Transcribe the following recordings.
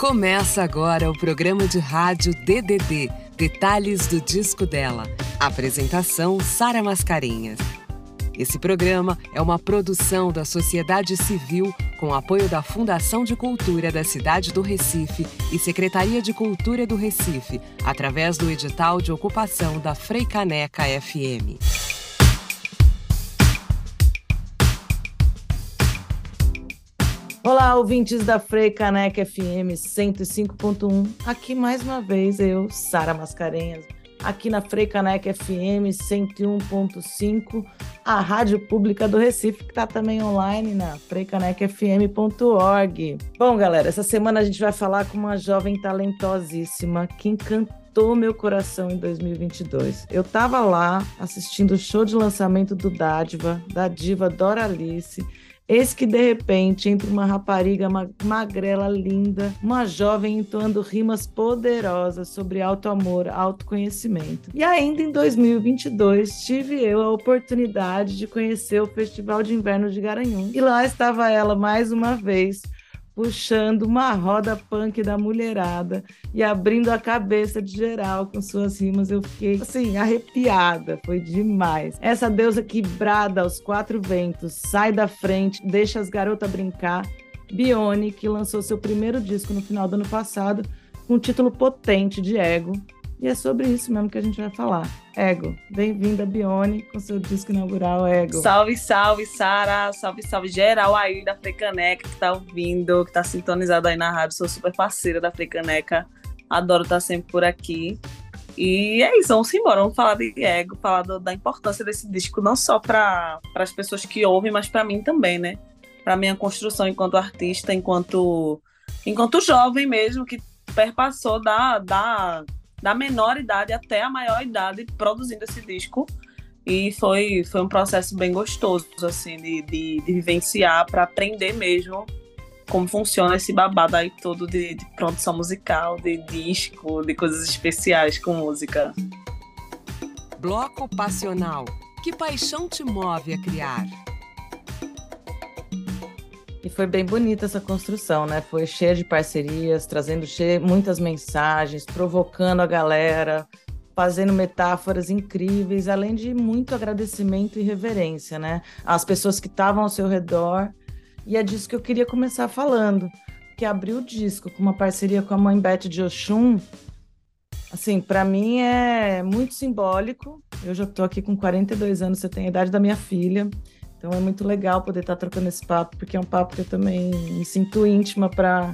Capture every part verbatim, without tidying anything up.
Começa agora o programa de rádio D D D, Detalhes do Disco Dela. Apresentação Sara Mascarenhas. Esse programa é uma produção da sociedade civil com apoio da Fundação de Cultura da cidade do Recife e Secretaria de Cultura do Recife, através do edital de ocupação da Freicaneca F M. Olá, ouvintes da Freicaneca F M cento e cinco ponto um. Aqui mais uma vez eu, Sara Mascarenhas, aqui na Freicaneca F M cento e um ponto cinco, a rádio pública do Recife, que está também online na freicaneca f m ponto org. Bom, galera, essa semana a gente vai falar com uma jovem talentosíssima que encantou meu coração em dois mil e vinte e dois. Eu estava lá assistindo o show de lançamento do Dádiva, da diva Doralice. Eis que, de repente, entra uma rapariga magrela linda, uma jovem entoando rimas poderosas sobre auto-amor, autoconhecimento. E ainda em dois mil e vinte e dois, tive eu a oportunidade de conhecer o Festival de Inverno de Garanhuns. E lá estava ela, mais uma vez, puxando uma roda punk da mulherada e abrindo a cabeça de geral com suas rimas. Eu fiquei, assim, arrepiada. Foi demais. Essa deusa que brada aos quatro ventos, sai da frente, deixa as garotas brincar. Bione, que lançou seu primeiro disco no final do ano passado, com um título potente de Ego. E é sobre isso mesmo que a gente vai falar. Ego. Bem-vinda, Bione, com seu disco inaugural, Ego. Salve, salve, Sara. Salve, salve, geral aí da Freicaneca que tá ouvindo, que tá sintonizado aí na rádio. Sou super parceira da Freicaneca. Adoro estar sempre por aqui. E é isso, vamos embora. Vamos falar de Ego, falar do, da importância desse disco, não só para as pessoas que ouvem, mas para mim também, né? Para minha construção enquanto artista, enquanto, enquanto jovem mesmo, que perpassou da... da da menor idade até a maior idade produzindo esse disco, e foi, foi um processo bem gostoso assim, de, de, de vivenciar, para aprender mesmo como funciona esse babado aí todo de, de produção musical, de disco, de coisas especiais com música. Bloco Passional. Que paixão te move a criar? E foi bem bonita essa construção, né? Foi cheia de parcerias, trazendo cheia, muitas mensagens, provocando a galera, fazendo metáforas incríveis, além de muito agradecimento e reverência, né? Às pessoas que estavam ao seu redor. E é disso que eu queria começar falando, que abriu o disco com uma parceria com a Mãe Beth de Oxum. Assim, para mim é muito simbólico. Eu já estou aqui com quarenta e dois anos, você tem a idade da minha filha. Então é muito legal poder estar trocando esse papo, porque é um papo que eu também me sinto íntima para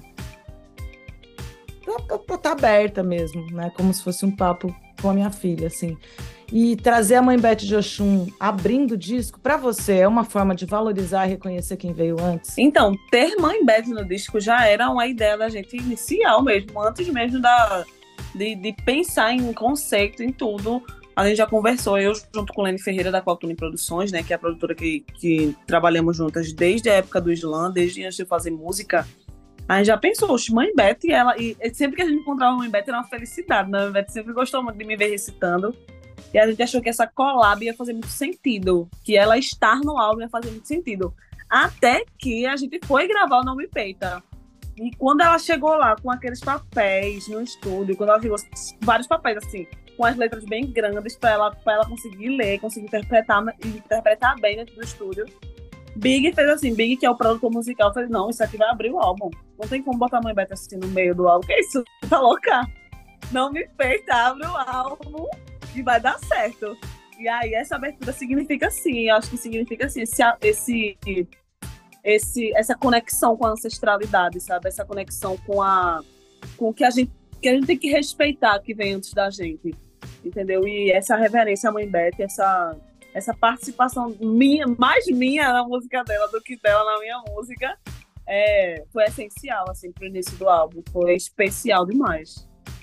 estar aberta mesmo, né? Como se fosse um papo com a minha filha, assim. E trazer a Mãe Beth de Oxum abrindo o disco, para você, é uma forma de valorizar e reconhecer quem veio antes? Então, ter Mãe Beth no disco já era uma ideia da gente inicial mesmo, antes mesmo da, de, de pensar em conceito, em tudo. A gente já conversou, eu junto com Lene Ferreira da Qualtune Produções, né, que é a produtora que, que trabalhamos juntas desde a época do Slam, desde antes de eu fazer música. A gente já pensou, Mãe Beth, e ela, e sempre que a gente encontrava a Mãe Beth era uma felicidade, né? A Mãe Beth sempre gostou muito de me ver recitando, e a gente achou que essa collab ia fazer muito sentido, que ela estar no álbum ia fazer muito sentido. Até que a gente foi gravar o Não Me Peita. E quando ela chegou lá com aqueles papéis no estúdio, quando ela chegou vários papéis assim, com as letras bem grandes para ela, para ela conseguir ler, conseguir interpretar, interpretar bem dentro do estúdio. Big fez assim, Big, que é o produtor musical, fez, não, isso aqui vai abrir o álbum. Não tem como botar a Mãe Beth assim no meio do álbum, que é isso? Tá louca? Não Me Peita, abre o álbum e vai dar certo. E aí essa abertura significa sim, eu acho que significa assim, esse, esse, esse, essa conexão com a ancestralidade, sabe? Essa conexão com a com o que a gente, que a gente tem que respeitar que vem antes da gente. Entendeu? E essa reverência à Mãe Beth, essa, essa participação minha, mais minha na música dela do que dela na minha música, é, foi essencial, assim, pro início do álbum. Foi especial demais.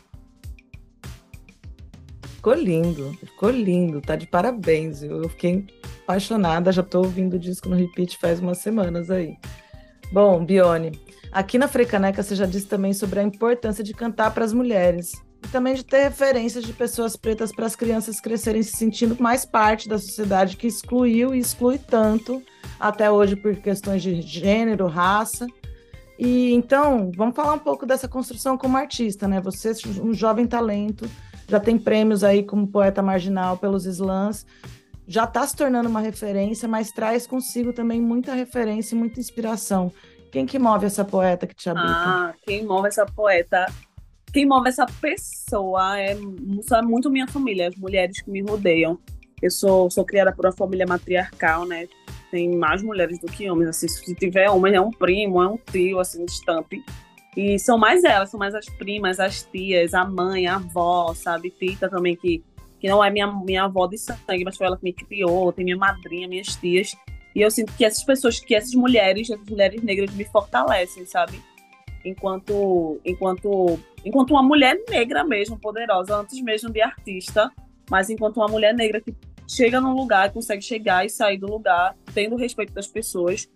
Ficou lindo, ficou lindo, tá de parabéns. Eu fiquei apaixonada, já tô ouvindo o disco no repeat faz umas semanas aí. Bom, Bione, aqui na Freicaneca você já disse também sobre a importância de cantar para as mulheres. E também de ter referências de pessoas pretas para as crianças crescerem se sentindo mais parte da sociedade que excluiu e exclui tanto até hoje por questões de gênero, raça. E então, vamos falar um pouco dessa construção como artista, né? Você é um jovem talento, já tem prêmios aí como poeta marginal pelos slams, já está se tornando uma referência, mas traz consigo também muita referência e muita inspiração. Quem que move essa poeta que te habita? Ah, quem move essa poeta, quem move essa pessoa é, é muito minha família, as mulheres que me rodeiam. Eu sou, sou criada por uma família matriarcal, né? Tem mais mulheres do que homens, assim, se tiver homem é um primo, é um tio, assim, distante. E são mais elas, são mais as primas, as tias, a mãe, a avó, sabe? Tita também, que, que não é minha, minha avó de sangue, mas foi ela que me criou, tem minha madrinha, minhas tias. E eu sinto que essas pessoas, que essas mulheres, essas mulheres negras me fortalecem, sabe? Enquanto, enquanto, enquanto uma mulher negra mesmo, poderosa, antes mesmo de artista, mas enquanto uma mulher negra que chega num lugar, consegue chegar e sair do lugar, tendo o respeito das pessoas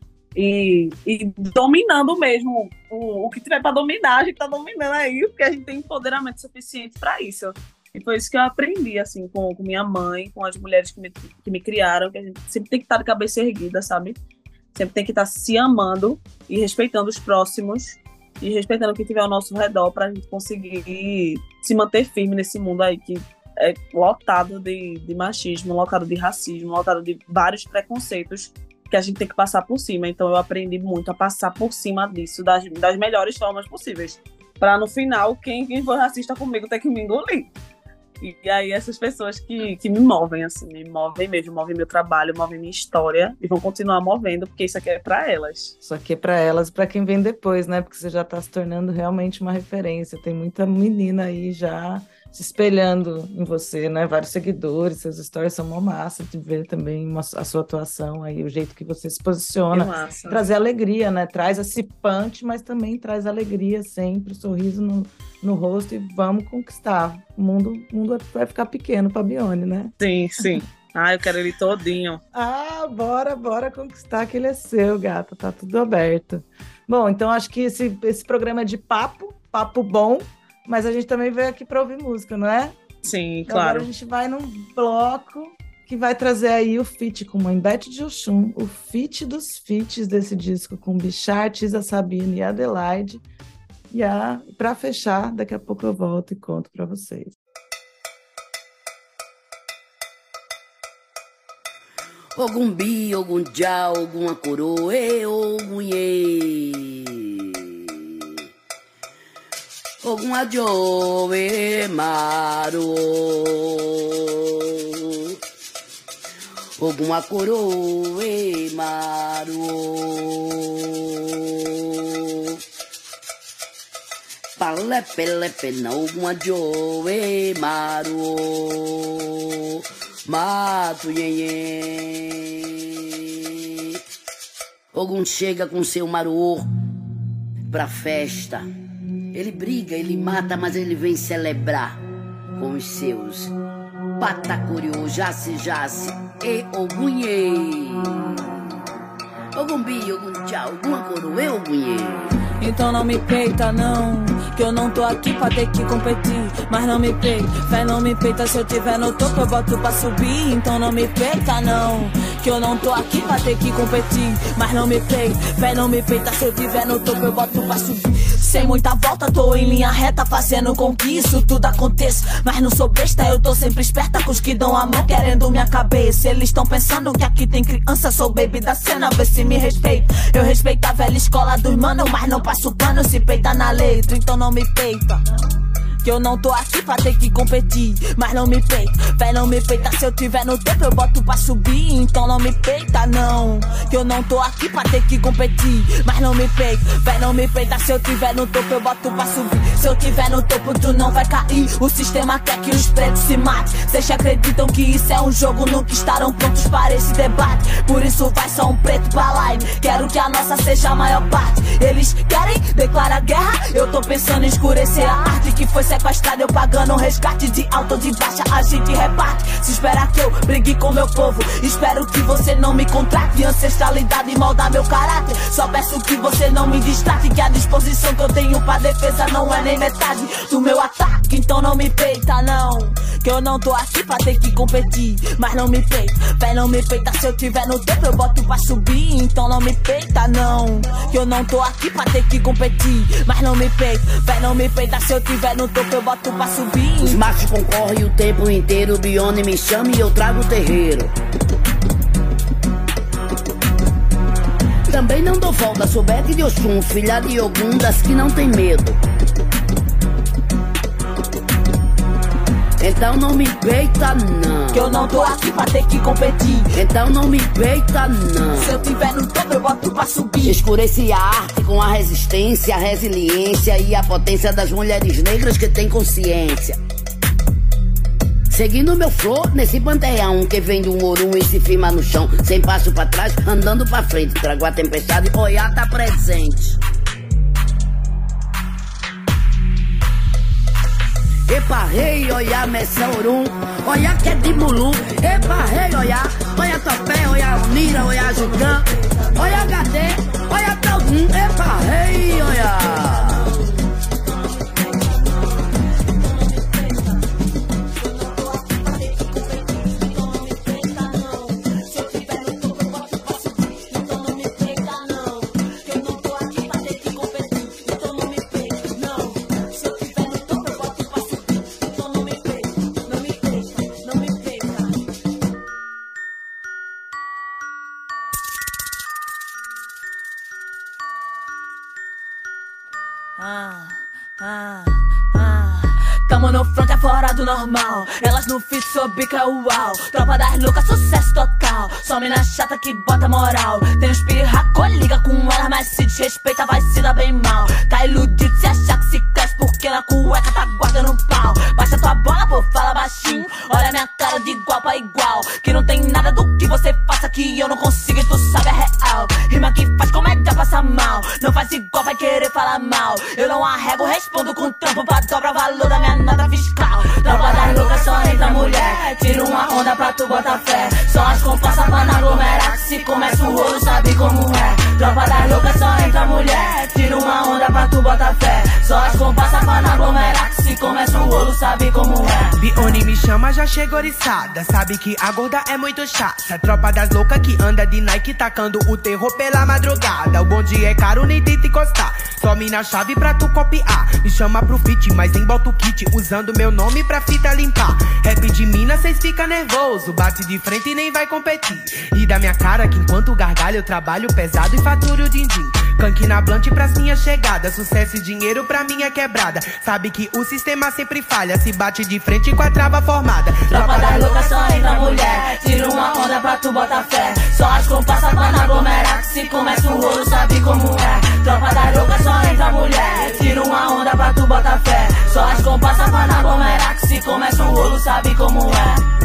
e, e dominando mesmo o, o que tiver para dominar, a gente tá dominando aí, porque a gente tem empoderamento suficiente para isso. E foi isso que eu aprendi, assim, com, com minha mãe, com as mulheres que me, que me criaram, que a gente sempre tem que estar de cabeça erguida, sabe? Sempre tem que estar se amando e respeitando os próximos e respeitando quem tiver ao nosso redor para a gente conseguir se manter firme nesse mundo aí que é lotado de, de machismo, lotado de racismo, lotado de vários preconceitos que a gente tem que passar por cima. Então eu aprendi muito a passar por cima disso, das, das melhores formas possíveis. Para no final, quem, quem for racista comigo ter que me engolir. E, e aí essas pessoas que, que me movem, assim, me movem mesmo, movem meu trabalho, movem minha história e vão continuar movendo, porque isso aqui é para elas. Isso aqui é para elas e para quem vem depois, né? Porque você já está se tornando realmente uma referência. Tem muita menina aí já se espelhando em você, né? Vários seguidores, seus stories são uma massa de ver também uma, a sua atuação aí, o jeito que você se posiciona, trazer alegria, né? Traz esse punch, mas também traz alegria sempre, sorriso no, no rosto e vamos conquistar. O mundo, o mundo vai ficar pequeno para Bione, né? Sim, sim. Ah, eu quero ele todinho. Ah, bora, bora conquistar que ele é seu, gata, tá tudo aberto. Bom, então acho que esse, esse programa é de papo, papo bom, mas a gente também veio aqui para ouvir música, não é? Sim, então, claro. Agora a gente vai num bloco que vai trazer aí o feat com Mãe Beth de Oxum, o feat dos feats desse disco com Bichart, Isa Sabina e Adelaide. E a, para fechar, daqui a pouco eu volto e conto para vocês. Ogum bi, ogum já, ogum acorô, e ogum ye. Ogum adjo, e maro. Ogum acorô, e maro. Palepe, lepe, na ogum adjo, e maro. Mato, iê, Ogum chega com seu maruô pra festa. Ele briga, ele mata, mas ele vem celebrar com os seus patacuriô, jace, jace e Ogum iê. Ogum bi, ogum tchau, ogum acoro, e Ogum iê. Então não me peita não, que eu não tô aqui pra ter que competir. Mas não me peita, fé não me peita. Se eu tiver no topo eu boto pra subir. Então não me peita não, que eu não tô aqui pra ter que competir. Mas não me peita, fé não me peita. Se eu tiver no topo eu boto pra subir. Sem muita volta, tô em linha reta, fazendo com que isso tudo aconteça. Mas não sou besta, eu tô sempre esperta com os que dão a mão querendo minha cabeça. Eles tão pensando que aqui tem criança, sou baby da cena, vê se me respeita. Eu respeito a velha escola dos mano, mas não passo pano se peita na letra. Então não me peita, que eu não tô aqui pra ter que competir. Mas não me peita, fé não me peita. Se eu tiver no topo eu boto pra subir. Então não me peita não, que eu não tô aqui pra ter que competir. Mas não me peita, fé não me peita. Se eu tiver no topo eu boto pra subir. Se eu tiver no topo tu não vai cair. O sistema quer que os pretos se matem. Vocês acreditam que isso é um jogo, nunca estarão prontos para esse debate. Por isso vai só um preto pra live. Quero que a nossa seja a maior parte. Eles querem declarar guerra, eu tô pensando em escurecer a arte que foi sequestrado, eu pagando um resgate de alta ou de baixa, a gente reparte. Se espera que eu brigue com meu povo, espero que você não me contrate. Ancestralidade moldar meu caráter, só peço que você não me distrate, que a disposição que eu tenho pra defesa não é nem metade do meu ataque. Então não me peita não, que eu não tô aqui pra ter que competir. Mas não me peita, véi, não me peita. Se eu tiver no topo eu boto pra subir. Então não me peita não, que eu não tô aqui pra ter que competir. Mas não me peita, véi, não me peita. Se eu tiver no topo eu boto pra subir. Os machos concorrem o tempo inteiro, o Bione me chama e eu trago o terreiro. Também não dou folga, sou Bete de Oxum, filha de Ogum, das que não tem medo. Então não me peita não, que eu não tô aqui pra ter que competir. Então não me peita não, se eu tiver no topo eu boto pra subir. Escureci a arte com a resistência, a resiliência e a potência das mulheres negras que têm consciência. Seguindo meu flow nesse panteão que vem de um orum e se firma no chão, sem passo pra trás, andando pra frente. Trago a tempestade, Oiá tá presente. Epa, rei, Oiá, Messão, Orum, Oiá que é de Mulu. Epa, rei, Oiá, Oiá Topé, Oiá Unira, Oiá Jugã, Oiá H D, Oiá Taldum. Epa, rei, Oiá. Ah, ah, ah. Tamo no front, é fora do normal. Elas no fit, sou bica, uau. Tropa das loucas, sucesso total. Só mina chata que bota moral. Tem uns pirraco, liga com ela, mas se desrespeita vai se dar bem mal. Tá iludido se achar que se cresce, porque na cueca tá guardando pau. Baixa tua bola, pô, fala baixinho. Olha minha cara de igual pra igual. Que não tem nada do que você faça que eu não consigo e tu sabe é real. Rima que faz comédia, passa mal. Não faz igual, vai querer falar mal. Eu não arrego, respondo com trampo pra dobrar o valor da minha nota fiscal. Tropa das loucas, só entra mulher. Tira uma onda pra tu botar fé. Só as comparsas pra não aglomerar, que se começa o rolo sabe como é. Tropa das loucas, só entra mulher. Tira uma onda pra tu botar fé. Só as comparsas pra não aglomerar, que se começa o rolo sabe como é. Bione me chama, já chegou oriçada. Sabe que a gorda é muito chata. Tropa das loucas que anda de Nike tacando o terror pela madrugada. O bonde é caro, nem tenta encostar. Só mina chave pra tu copiar. Me chama pro fit, mas nem bota o kit. Usando meu nome pra fita limpar. Rap de mina, cês fica nervoso. Bate de frente e nem vai competir. E da minha cara que enquanto gargalho eu trabalho pesado e faturo o din-din. Canque na blunt pras minhas chegadas. Sucesso e dinheiro pra minha quebrada. Sabe que o sistema sempre falha. Se bate de frente com a trava formada. Tropa das loucas, só entra mulher. Tira uma onda pra tu botar fé. Só as comparsas pra não aglomerar, que se começa o rolo sabe como é. Tropa das loucas, só entra mulher. Tira uma onda pra tu botar fé. Só as comparsas pra não aglomerar, que se começa o rolo sabe como é.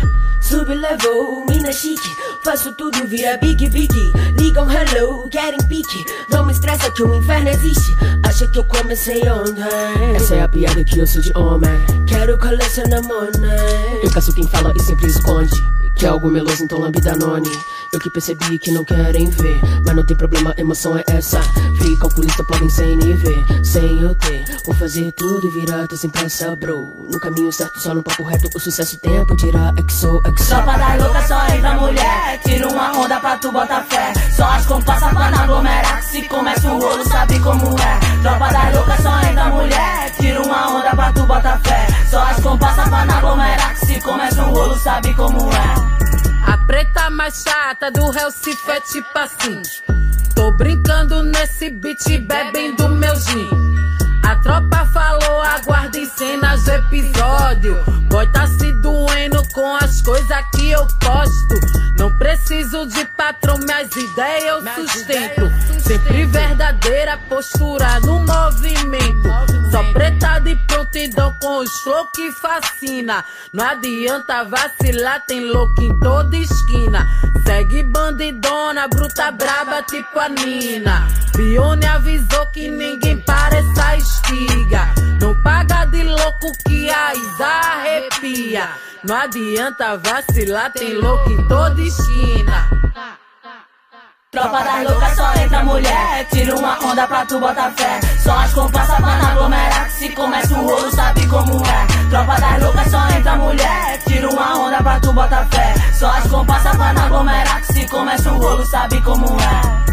Sublevel, mina chique, faço tudo vira big big. Ligam hello, querem pique. Não me estressa que o inferno existe. Acha que eu comecei ontem. Essa é a piada que eu sou de homem. Quero colecionar money. Eu caço quem fala e sempre esconde. Que é algo meloso, então lambe Danone. Eu que percebi que não querem ver, mas não tem problema, emoção é essa. Free calculista, plugin sem nível. Sem eu ter, vou fazer tudo e virar, tô sem pressa, bro. No caminho certo, só no papo reto, o sucesso tempo dirá exo, exo. Tropa das loucas, só entra mulher. Tira uma onda pra tu botar fé. Só as comparsas pra não aglomerar, que se começa o rolo sabe como é. Tropa das loucas, só entra mulher. Tira uma onda pra tu botar fé. Só as comparsas pra não aglomerar, que se começa o rolo sabe como é. A preta mais chata do Recife é tipo assim. Tô brincando nesse beat, bebendo meu gin. A tropa falou, aguarda em cenas do episódio. Boy tá se doendo com as coisas que eu posto. Não preciso de patrão, minhas ideias eu sustento. Sempre verdadeira postura no movimento. Só preta de prontidão com os flow que fascina. Não adianta vacilar, tem louco em toda esquina. Segue bandidona, bruta braba tipo a Nina. Bione avisou que ninguém para essa estiga. Não paga de louco que a Isa arrepia. Não adianta vacilar, tem louco em toda esquina. Tropa das loucas só entra mulher. Tira uma onda pra tu botar fé. Só as comparsas pra não aglomerar, que se começa o rolo sabe como é. Tropa das loucas só entra mulher. Tira uma onda pra tu botar fé. Só as comparsas pra não aglomerar, que se começa o rolo sabe como é.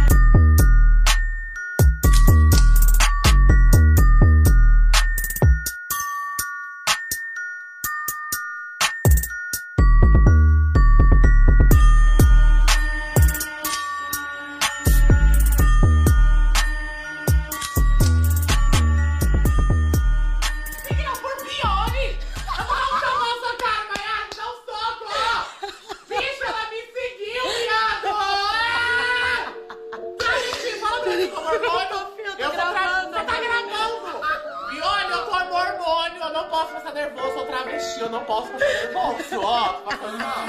Eu não posso passar nervoso, ó, tô passando mal.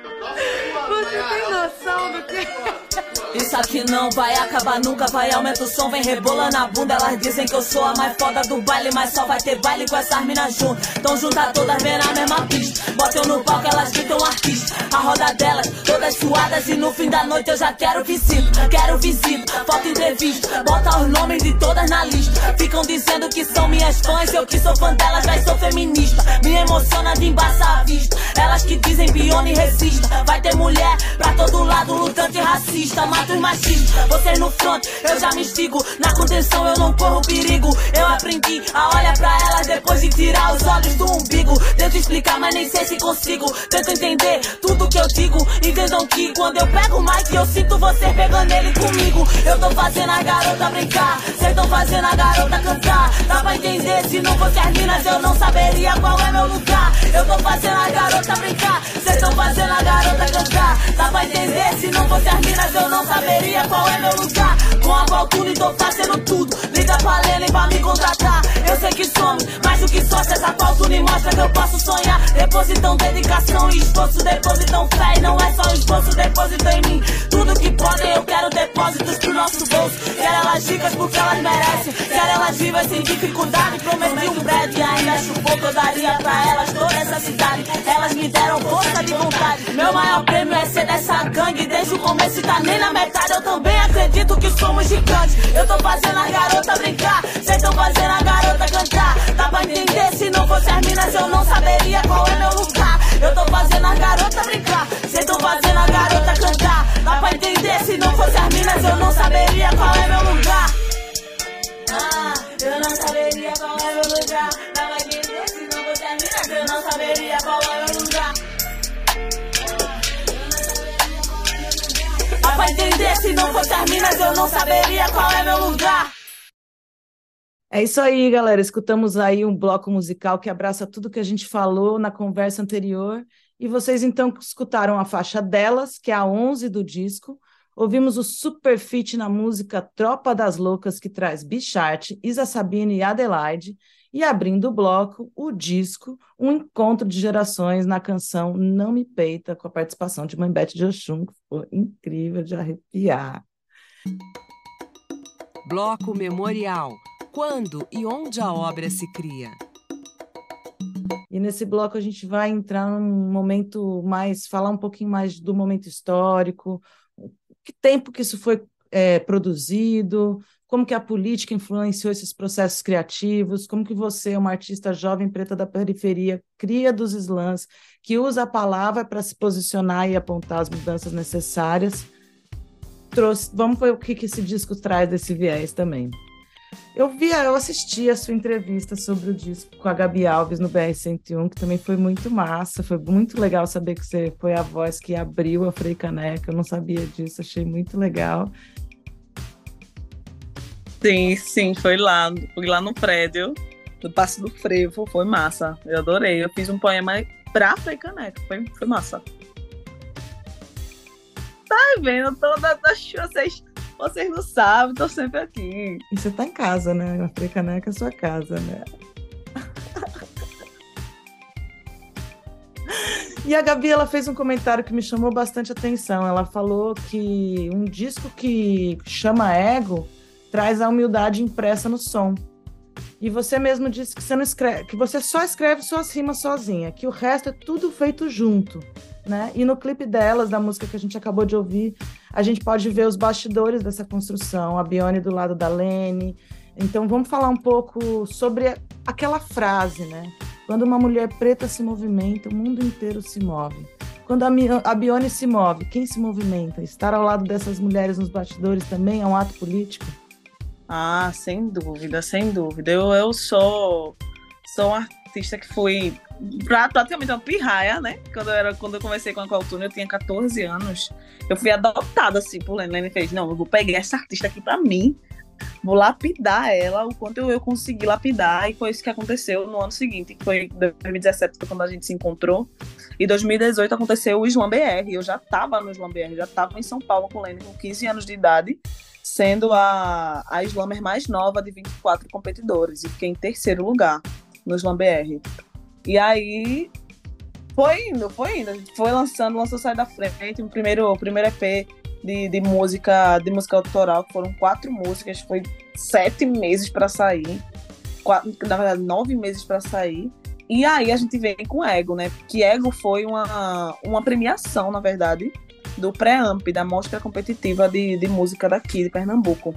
Você tem noção do que... Isso aqui não vai acabar nunca, vai, aumenta o som, vem rebolando a bunda. Elas dizem que eu sou a mais foda do baile, mas só vai ter baile com essas minas juntas. Então junta todas, vem na mesma pista. Bota eu no palco, elas gritam artista. A roda delas, todas suadas, e no fim da noite eu já quero visita. Quero visita, foto entrevista, bota os nomes de todas na lista. Ficam dizendo que são minhas fãs, eu que sou fã delas, mas sou feminista. Me emociona de embaçar a vista. Elas que dizem Bione resista. Vai ter mulher pra todo lado, lutante racista. Mata os machistas, vocês no front, eu já me estigo. Na contenção eu não corro perigo. Eu aprendi a olhar pra elas depois de tirar os olhos do umbigo. Tento explicar, mas nem sei se consigo. Tento entender tudo que eu digo. Entendam que quando eu pego o mic eu sinto vocês pegando ele comigo. Eu tô fazendo a garota brincar, cês tão fazendo a garota cantar. Dá pra entender, se não fosse as minas eu não saberia qual é meu lugar. Eu tô fazendo a garota brincar, cês tão fazendo a garota cantar. Dá pra entender, se não fosse as minas eu não saberia qual é meu lugar. Com a Valtune tô fazendo tudo. Liga pra Lene pra me contratar. Eu sei que some, mais do que sócio. Essa Valtune mostra que eu posso sonhar. Depositam dedicação e esforço, depositam fé. E não é só esforço, depositam em mim tudo que podem. Eu quero depósitos pro nosso bolso. Quero elas ricas porque elas merecem. Quero elas vivas sem dificuldade. Prometi um prédio e ainda acho pouco. Eu daria pra elas toda essa cidade. Elas me deram força de vontade. Meu maior prêmio é ser dessa gangue. Desde o começo e tá nem na metade. Eu também acredito que somos gigantes. Eu tô fazendo a garota brincar, cês tão fazendo a garota cantar. Dá pra entender, se não fosse as minas eu não saberia qual é meu lugar. Eu tô fazendo a garota brincar, cês tão fazendo a garota cantar. Dá pra entender, se não fosse as minas eu não saberia qual é meu lugar. Ah, eu não saberia qual é meu lugar. Dá pra entender, se não fosse as minas eu não saberia qual é meu lugar. Dá pra entender, se não fosse as minas eu não saberia qual é meu lugar. É isso aí, galera. Escutamos aí um bloco musical que abraça tudo que a gente falou na conversa anterior. E vocês, então, escutaram a faixa Delas, que é a onze do disco. Ouvimos o super feat na música Tropa das Loucas, que traz Bicharte, Isa Sabine e Adelaide. E abrindo o bloco, o disco, um encontro de gerações na canção Não Me Peita, com a participação de Mãe Beth de Oxum, que foi incrível de arrepiar. Bloco Memorial. Quando e onde a obra se cria? E nesse bloco a gente vai entrar num momento mais, falar um pouquinho mais do momento histórico, que tempo que isso foi é, produzido, como que a política influenciou esses processos criativos, como que você, uma artista jovem preta da periferia, cria dos slams, que usa a palavra para se posicionar e apontar as mudanças necessárias. Trouxe, vamos ver o que, que esse disco traz desse viés também. Eu vi, eu assisti a sua entrevista sobre o disco com a Gabi Alves no B R cento e um, que também foi muito massa, foi muito legal saber que você foi a voz que abriu a Frei Caneca, eu não sabia disso, achei muito legal. Sim, sim, foi lá, fui lá no prédio do Passo do Frevo, foi massa, eu adorei, eu fiz um poema pra Frei Caneca, foi, foi massa. Tá vendo, todas as vocês Vocês não sabem, tô sempre aqui. E você tá em casa, né? A Frecaneca é sua casa, né? E a Gabi, ela fez um comentário que me chamou bastante atenção. Ela falou que um disco que chama Ego traz a humildade impressa no som. E você mesmo disse que você, não escreve, que você só escreve suas rimas sozinha, que o resto é tudo feito junto, né? E no clipe delas, da música que a gente acabou de ouvir, a gente pode ver os bastidores dessa construção, a Bione do lado da Lene. Então vamos falar um pouco sobre aquela frase, né? Quando uma mulher preta se movimenta, o mundo inteiro se move. Quando a, a Bione se move, quem se movimenta? Estar ao lado dessas mulheres nos bastidores também é um ato político? Ah, sem dúvida, sem dúvida. Eu, eu sou, sou um artista que fui praticamente uma pirraia, né? Quando eu, era, quando eu comecei com a Qualtune, eu tinha catorze anos. Eu fui adotada, assim, por Lene. Lene fez, não, eu vou pegar essa artista aqui pra mim, vou lapidar ela o quanto eu, eu consegui lapidar, e foi isso que aconteceu no ano seguinte, que foi dois mil e dezessete, quando a gente se encontrou, e dois mil e dezoito aconteceu o Slam B R. Eu já estava no Slam B R, já estava em São Paulo com Lene, com quinze anos de idade, sendo a, a slammer mais nova de vinte e quatro competidores, e fiquei em terceiro lugar no Slam B R. E aí foi indo, foi indo, a gente foi lançando, lançou Sai da Frente, o primeiro, o primeiro E P de, de música de música autoral, que foram quatro músicas, foi sete meses para sair, quatro, na verdade nove meses para sair. E aí a gente vem com Ego, né? Que Ego foi uma, uma premiação, na verdade, do pré-amp, da mostra competitiva de, de música daqui, de Pernambuco.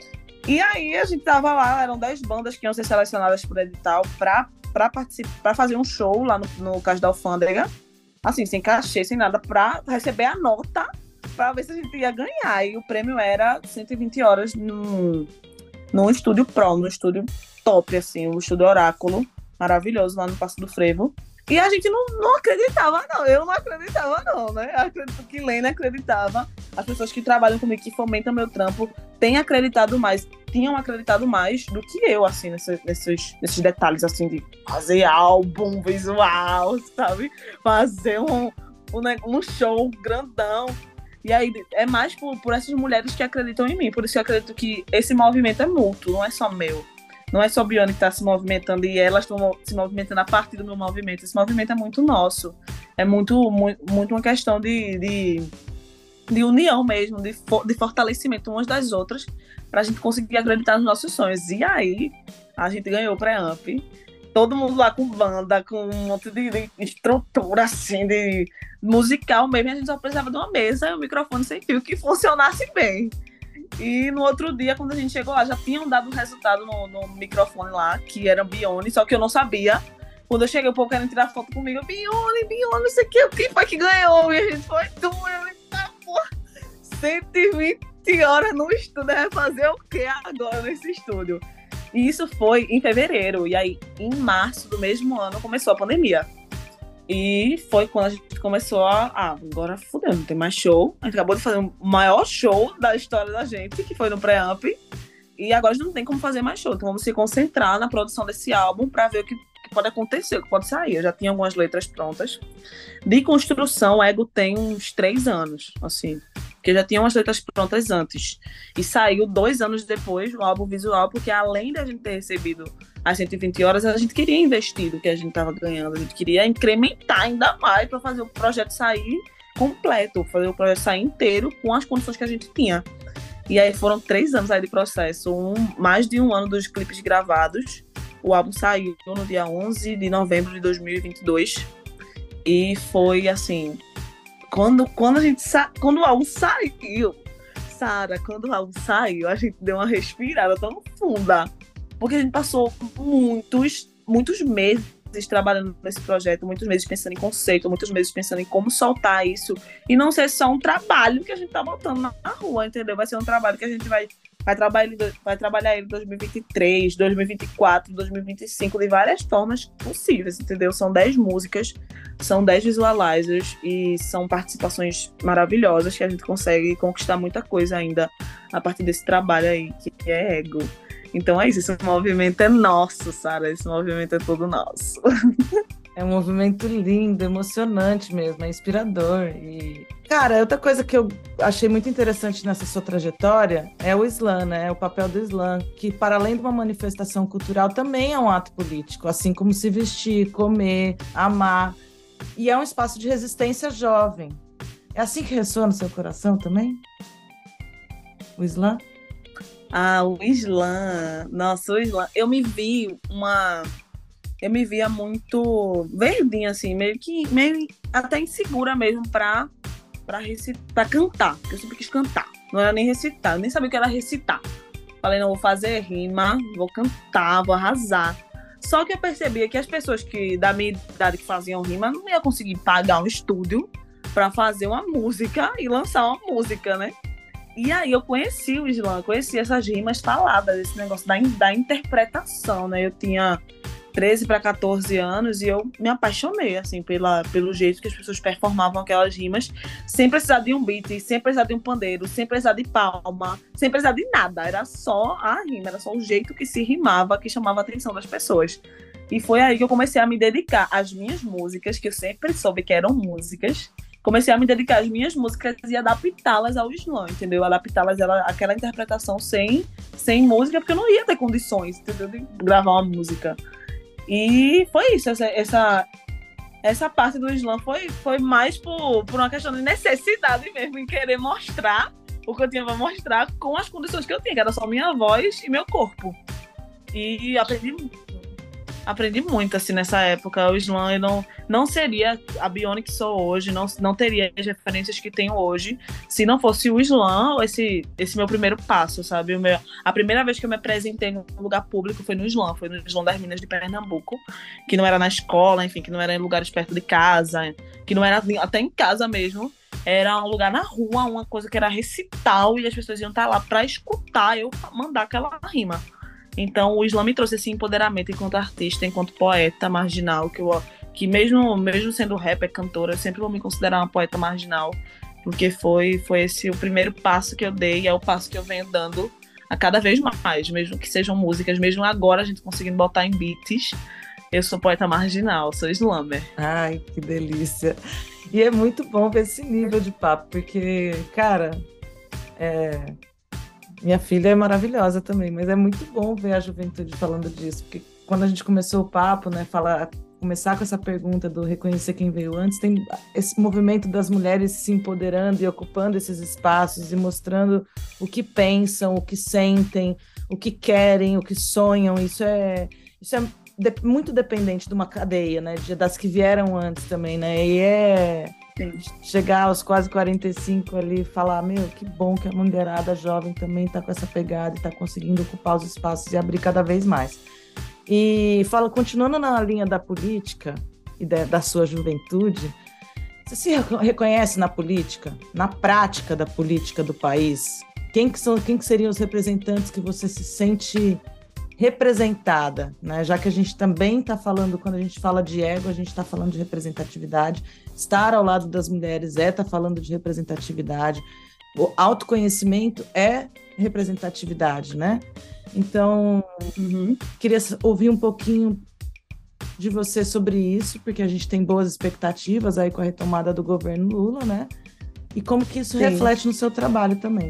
E aí a gente tava lá, eram dez bandas que iam ser selecionadas por edital para para participar, para fazer um show lá no, no Cais da Alfândega, assim, sem cachê, sem nada, para receber a nota, para ver se a gente ia ganhar. E o prêmio era cento e vinte horas num, num estúdio Pro, num estúdio top, assim, um estúdio Oráculo, maravilhoso, lá no Passo do Frevo. E a gente não, não acreditava, não. Eu não acreditava, não, né? Eu acredito que Lene acreditava. As pessoas que trabalham comigo, que fomentam meu trampo, têm acreditado mais, tinham acreditado mais do que eu, assim, nesses, nesses, nesses detalhes, assim, de fazer álbum visual, sabe? Fazer um, um, um show grandão. E aí, é mais por, por essas mulheres que acreditam em mim. Por isso que eu acredito que esse movimento é mútuo, não é só meu. Não é só a Bione que está se movimentando e elas estão se movimentando a partir do meu movimento. Esse movimento é muito nosso. É muito, muito, muito uma questão de, de, de união mesmo, de, de fortalecimento umas das outras, para a gente conseguir acreditar nos nossos sonhos. E aí, a gente ganhou o pré-amp. Todo mundo lá com banda, com um monte de, de estrutura, assim, de musical mesmo. A gente só precisava de uma mesa e um microfone sem fio que funcionasse bem. E no outro dia, quando a gente chegou lá, já tinham dado o resultado no, no microfone lá, que era Bione, só que eu não sabia. Quando eu cheguei, o povo querendo tirar foto comigo, Bione, Bione, não sei o que, quem foi que ganhou? E a gente foi, tu, eu tá, porra, cento e vinte horas no estúdio, vai fazer o que agora nesse estúdio? E isso foi em fevereiro, e aí em março do mesmo ano começou a pandemia. E foi quando a gente começou a... Ah, agora fudeu, não tem mais show. A gente acabou de fazer o maior show da história da gente, que foi no pré-amp. E agora a gente não tem como fazer mais show. Então vamos se concentrar na produção desse álbum para ver o que, que pode acontecer, o que pode sair. Eu já tinha algumas letras prontas. De construção, o Ego tem uns três anos, assim. Porque já tinha umas letras prontas antes. E saiu dois anos depois o álbum visual, porque além da gente ter recebido as cento e vinte horas, a gente queria investir do que a gente estava ganhando. A gente queria incrementar ainda mais para fazer o projeto sair completo, fazer o projeto sair inteiro com as condições que a gente tinha. E aí foram três anos aí de processo, um, mais de um ano dos clipes gravados. O álbum saiu no dia onze de novembro de dois mil e vinte e dois. E foi assim... Quando, quando, a gente sa... quando o álbum saiu, Sara, quando o álbum saiu, a gente deu uma respirada tão funda. Porque a gente passou muitos, muitos meses trabalhando nesse projeto, muitos meses pensando em conceito, muitos meses pensando em como soltar isso. E não ser só um trabalho que a gente tá botando na rua, entendeu? Vai ser um trabalho que a gente vai, vai, trabalhar, vai trabalhar ele em dois mil e vinte e três, dois mil e vinte e quatro, dois mil e vinte e cinco, de várias formas possíveis, entendeu? São dez músicas, são dez visualizers e são participações maravilhosas que a gente consegue conquistar muita coisa ainda a partir desse trabalho aí, que é Ego. Então é isso, esse movimento é nosso, Sara, esse movimento é todo nosso. É um movimento lindo, emocionante mesmo, é inspirador. E Cara, outra coisa que eu achei muito interessante nessa sua trajetória é o slam, né? O papel do slam, que para além de uma manifestação cultural, também é um ato político, assim como se vestir, comer, amar. E é um espaço de resistência jovem. É assim que ressoa no seu coração também? O slam? Ah, o slam. Nossa, o slam. Eu me vi uma... Eu me via muito verdinha, assim, meio que... Meio até insegura mesmo pra... Pra, recitar, pra cantar, porque eu sempre quis cantar. Não era nem recitar, eu nem sabia o que era recitar. Falei, não, vou fazer rima, vou cantar, vou arrasar. Só que eu percebia que as pessoas que da minha idade que faziam rima não iam conseguir pagar um estúdio pra fazer uma música e lançar uma música, né? E aí eu conheci o slam, conheci essas rimas faladas, esse negócio da, da interpretação, né? Eu tinha treze para quatorze anos e eu me apaixonei, assim, pela, pelo jeito que as pessoas performavam aquelas rimas, sem precisar de um beat, sem precisar de um pandeiro, sem precisar de palma, sem precisar de nada, era só a rima, era só o jeito que se rimava, que chamava a atenção das pessoas. E foi aí que eu comecei a me dedicar às minhas músicas, que eu sempre soube que eram músicas, comecei a me dedicar às minhas músicas e adaptá-las ao slam, entendeu? Adaptá-las àquela interpretação sem, sem música, porque eu não ia ter condições, entendeu? De gravar uma música. E foi isso, essa, essa, essa parte do slam foi, foi mais por, por uma questão de necessidade mesmo, em querer mostrar o que eu tinha para mostrar com as condições que eu tinha, que era só minha voz e meu corpo. E aprendi aprendi muito, assim, nessa época. O slam eu não, não seria a Bione que sou hoje, não, não teria as referências que tenho hoje, se não fosse o slam, esse, esse meu primeiro passo, sabe? O meu, a primeira vez que eu me apresentei num lugar público foi no slam, foi no Slam das Minas de Pernambuco, que não era na escola, enfim, que não era em lugares perto de casa, que não era até em casa mesmo, era um lugar na rua, uma coisa que era recital, e as pessoas iam estar lá para escutar eu mandar aquela rima. Então, o slam me trouxe esse empoderamento enquanto artista, enquanto poeta marginal, que, eu, que mesmo, mesmo sendo rapper, cantora, eu sempre vou me considerar uma poeta marginal, porque foi, foi esse o primeiro passo que eu dei, e é o passo que eu venho dando a cada vez mais, mesmo que sejam músicas, mesmo agora a gente conseguindo botar em beats, eu sou poeta marginal, sou slammer. Ai, que delícia! E é muito bom ver esse nível de papo, porque, cara, é... minha filha é maravilhosa também, mas é muito bom ver a juventude falando disso, porque quando a gente começou o papo, né, falar, começar com essa pergunta do reconhecer quem veio antes, tem esse movimento das mulheres se empoderando e ocupando esses espaços e mostrando o que pensam, o que sentem, o que querem, o que sonham. Isso é, isso é de, muito dependente de uma cadeia, né, de, das que vieram antes também, né, e é... chegar aos quase quarenta e cinco ali e falar, meu, que bom que a mulherada jovem também está com essa pegada e está conseguindo ocupar os espaços e abrir cada vez mais. E fala, continuando na linha da política e da, da sua juventude, você se reconhece na política, na prática da política do país? Quem que são, quem que seriam os representantes que você se sente representada, né? Já que a gente também está falando, quando a gente fala de ego, a gente está falando de representatividade. Estar ao lado das mulheres é estar tá falando de representatividade. O autoconhecimento é representatividade, né? Então, uhum, queria ouvir um pouquinho de você sobre isso, porque a gente tem boas expectativas aí com a retomada do governo Lula, né? E como que isso Sim. reflete no seu trabalho também.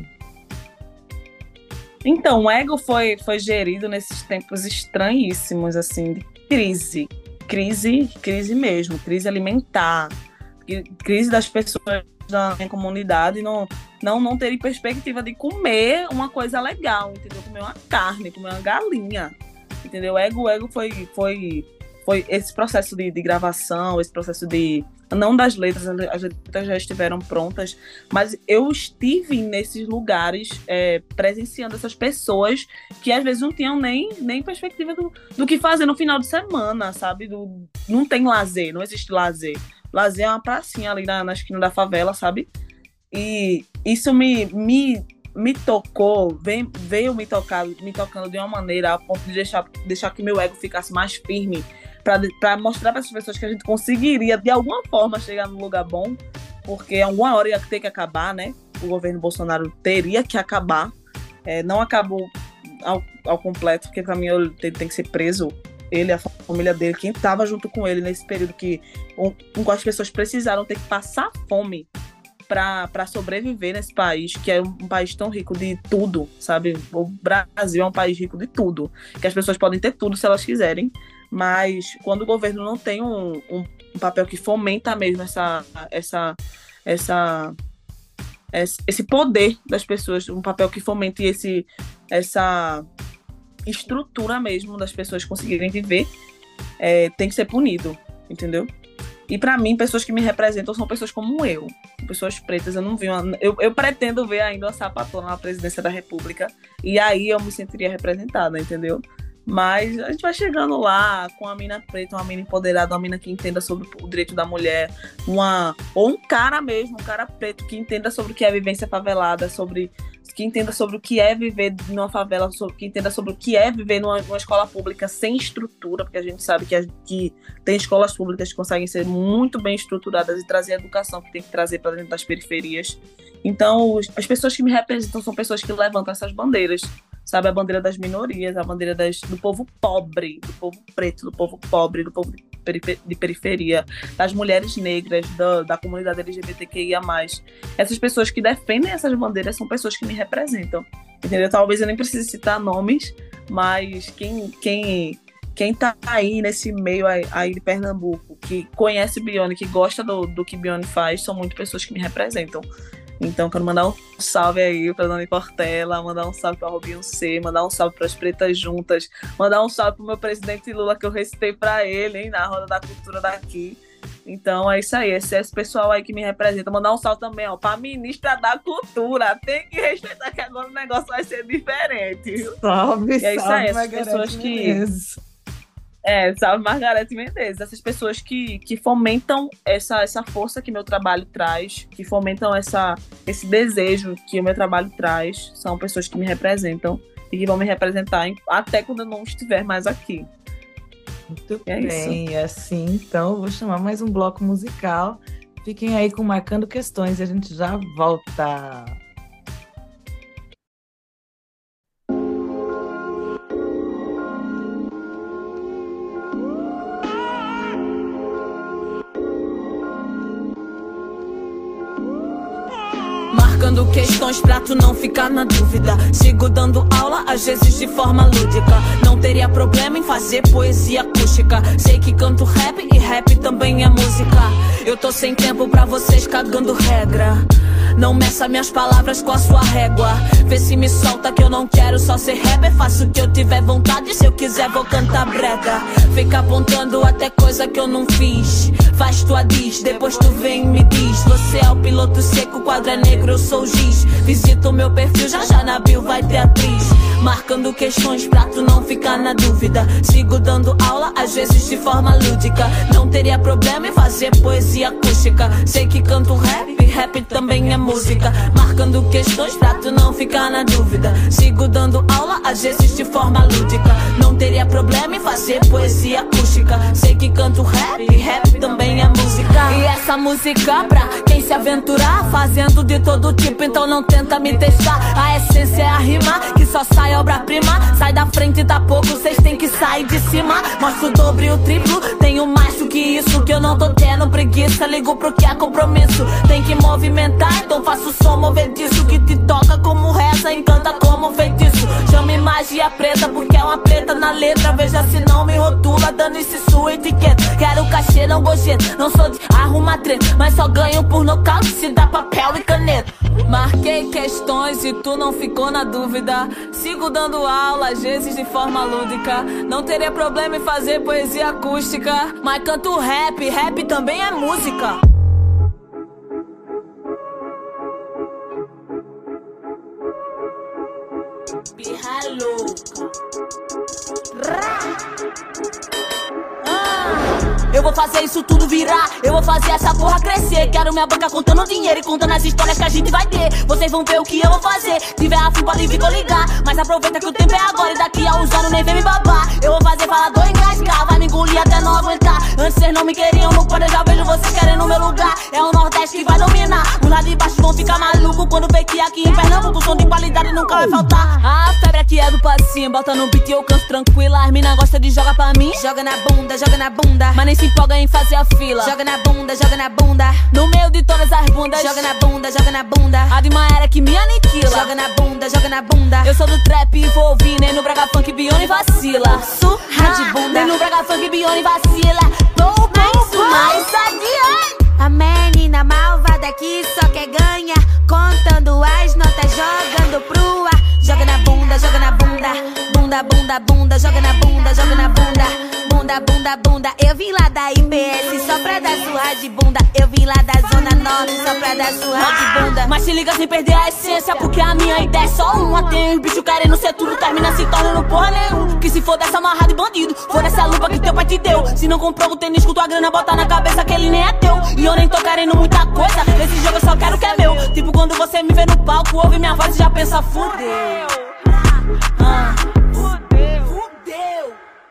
Então, o ego foi, foi gerido nesses tempos estranhíssimos, assim, de crise. Crise, crise mesmo, crise alimentar, crise das pessoas da minha comunidade não, não, não terem perspectiva de comer uma coisa legal, entendeu? Comer uma carne, comer uma galinha, entendeu? O ego, o ego foi, foi, foi esse processo de, de gravação, esse processo de... Não das letras, as letras já estiveram prontas, mas eu estive nesses lugares é, presenciando essas pessoas que às vezes não tinham nem, nem perspectiva do, do que fazer no final de semana, sabe? Do, não tem lazer, não existe lazer. Lazer é uma pracinha ali na, na esquina da favela, sabe? E isso me, me, me tocou, veio, veio me, tocar, me tocando de uma maneira a ponto de deixar, deixar que meu ego ficasse mais firme, para mostrar para essas pessoas que a gente conseguiria, de alguma forma, chegar num lugar bom, porque alguma hora ia ter que acabar, né? O governo Bolsonaro teria que acabar. É, não acabou ao, ao completo, porque para mim ele tem, tem que ser preso. Ele, a família dele, quem estava junto com ele nesse período que um, um, as pessoas precisaram ter que passar fome para sobreviver nesse país, que é um país tão rico de tudo, sabe? O Brasil é um país rico de tudo, que as pessoas podem ter tudo se elas quiserem, mas quando o governo não tem um, um, um papel que fomenta mesmo essa, essa, essa, esse poder das pessoas, um papel que fomente esse, essa estrutura mesmo das pessoas conseguirem viver, é, tem que ser punido, entendeu? E pra mim, pessoas que me representam são pessoas como eu, pessoas pretas. Eu não vi uma, eu, eu pretendo ver ainda uma sapatona na presidência da República, e aí eu me sentiria representada, entendeu? Mas a gente vai chegando lá com uma mina preta, uma mina empoderada, uma mina que entenda sobre o direito da mulher, uma, ou um cara mesmo, um cara preto que entenda sobre o que é vivência favelada, sobre, que entenda sobre o que é viver numa favela, sobre, que entenda sobre o que é viver numa, numa escola pública sem estrutura, porque a gente sabe que, a, que tem escolas públicas que conseguem ser muito bem estruturadas e trazer a educação que tem que trazer para dentro das periferias. Então, os, as pessoas que me representam são pessoas que levantam essas bandeiras, sabe? A bandeira das minorias, a bandeira das, do povo pobre, do povo preto, do povo pobre, do povo de, perifer, de periferia, das mulheres negras, da, da comunidade L G B T Q I A mais. Essas pessoas que defendem essas bandeiras são pessoas que me representam, entendeu? Talvez eu nem precise citar nomes, mas quem, quem, quem tá aí nesse meio aí, aí de Pernambuco, que conhece Bione, que gosta do, do que Bione faz, são muito pessoas que me representam. Então, quero mandar um salve aí pra Dani Portela, mandar um salve pra Robinho C, mandar um salve pras Pretas Juntas, mandar um salve pro meu presidente Lula, que eu recitei pra ele, hein, na Roda da Cultura daqui. Então, é isso aí, esse é esse pessoal aí que me representa. Mandar um salve também, ó, pra ministra da Cultura. Tem que respeitar que agora o negócio vai ser diferente, viu? Salve, e é isso salve, aí, essas Margarete pessoas que... Menezes. É, salve Margarete Menezes, essas pessoas que, que fomentam essa, essa força que meu trabalho traz, que fomentam essa, esse desejo que o meu trabalho traz, são pessoas que me representam e que vão me representar até quando eu não estiver mais aqui. Muito é bem, isso. assim, então vou chamar mais um bloco musical. Fiquem aí com Marcando Questões e a gente já volta. Marcando questões pra tu não ficar na dúvida. Sigo dando aula, às vezes de forma lúdica. Não teria problema em fazer poesia acústica. Sei que canto rap e rap também é música. Eu tô sem tempo pra vocês cagando regra. Não meça minhas palavras com a sua régua. Vê se me solta que eu não quero só ser rapper. Faço o que eu tiver vontade, se eu quiser vou cantar brega. Fica apontando até coisa que eu não fiz. Faz tua diz, depois tu vem e me diz. Você é o piloto seco, o quadro é negro, eu sou o giz. Visita o meu perfil, já já na bio vai ter atriz. Marcando questões pra tu não ficar na dúvida. Sigo dando aula, às vezes de forma lúdica. Não teria problema em fazer poesia acústica. Sei que canto rap, rap também é música. Marcando questões pra tu não ficar na dúvida. Sigo dando aula, às vezes de forma lúdica. Não teria problema em fazer poesia acústica. Sei que canto rap, rap também é música. E essa música pra quem se aventurar, fazendo de todo tipo, então não tenta me testar. A essência é a rima, que só sai obra-prima. Sai da frente, tá pouco, cês tem que sair de cima. Mostro o dobro e o triplo, tenho mais do que isso. Que eu não tô tendo preguiça, ligo pro que é compromisso. Tem que movimentar, então faço o som movediço. Que te toca como reza, encanta como feitiço. Chame magia preta, porque é uma preta na letra. Veja se não me rotula, dane-se sua etiqueta. Quero cachê, não gorjeta, não sou de arrumar treta, mas só ganho por nocaute se dá papel e caneta. Marquei questões e tu não ficou na dúvida. Sigo dando aula, às vezes de forma lúdica. Não teria problema em fazer poesia acústica. Mas canto rap, rap também é música. Birra louca. Eu vou fazer isso tudo virar, eu vou fazer essa porra crescer. Quero minha banca contando dinheiro e contando as histórias que a gente vai ter. Vocês vão ver o que eu vou fazer. Tiver afim pode vir vou ligar, mas aproveita que o tempo é agora e daqui a uns anos nem vem me babar. Eu vou fazer falador engasgar, vai me engolir até não aguentar. Antes vocês não me queriam, no poder já vejo vocês querendo o meu lugar. É o Nordeste que vai dominar, os lá de baixo vão ficar malucos quando ver que aqui em Pernambuco o som de qualidade nunca vai faltar. Ah, febre aqui é do passinho. Bota no beat e eu canto tranquila. As mina gosta de jogar pra mim. Joga na bunda, joga na bunda. Mas nem se empolga em fazer a fila. Joga na bunda, joga na bunda. No meio de todas as bundas. Joga na bunda, joga na bunda. A de uma era que me aniquila. Joga na bunda, joga na bunda. Eu sou do trap e vou ouvir. Nem no Braga Funk, Bione vacila. Surra de bunda. Nem no Braga Funk, Bione vacila. Vou, vou, vou. Mais adiante. A menina malvada que só quer ganhar, contando as notas, jogando pro ar. Joga na bunda, joga na bunda. Bunda, bunda, bunda. Joga na bunda, joga na bunda. Bunda, bunda, bunda. Eu vim lá da I P S só pra dar surra de bunda. Eu vim lá da Zona Norte só pra dar surra de bunda. Mas se liga sem perder a essência, porque a minha ideia é só uma. Tem os bichos querendo ser tudo, termina se tornando porra nenhum. Que se for dessa amarrada de bandido, for essa lupa que teu pai te deu. Se não comprou o tênis com tua grana, bota na cabeça que ele nem é teu. E eu nem tô querendo muita coisa, nesse jogo eu só quero o que é meu. Tipo quando você me vê no palco, ouve minha voz e já pensa, fudeu. Ah, fudeu, fudeu.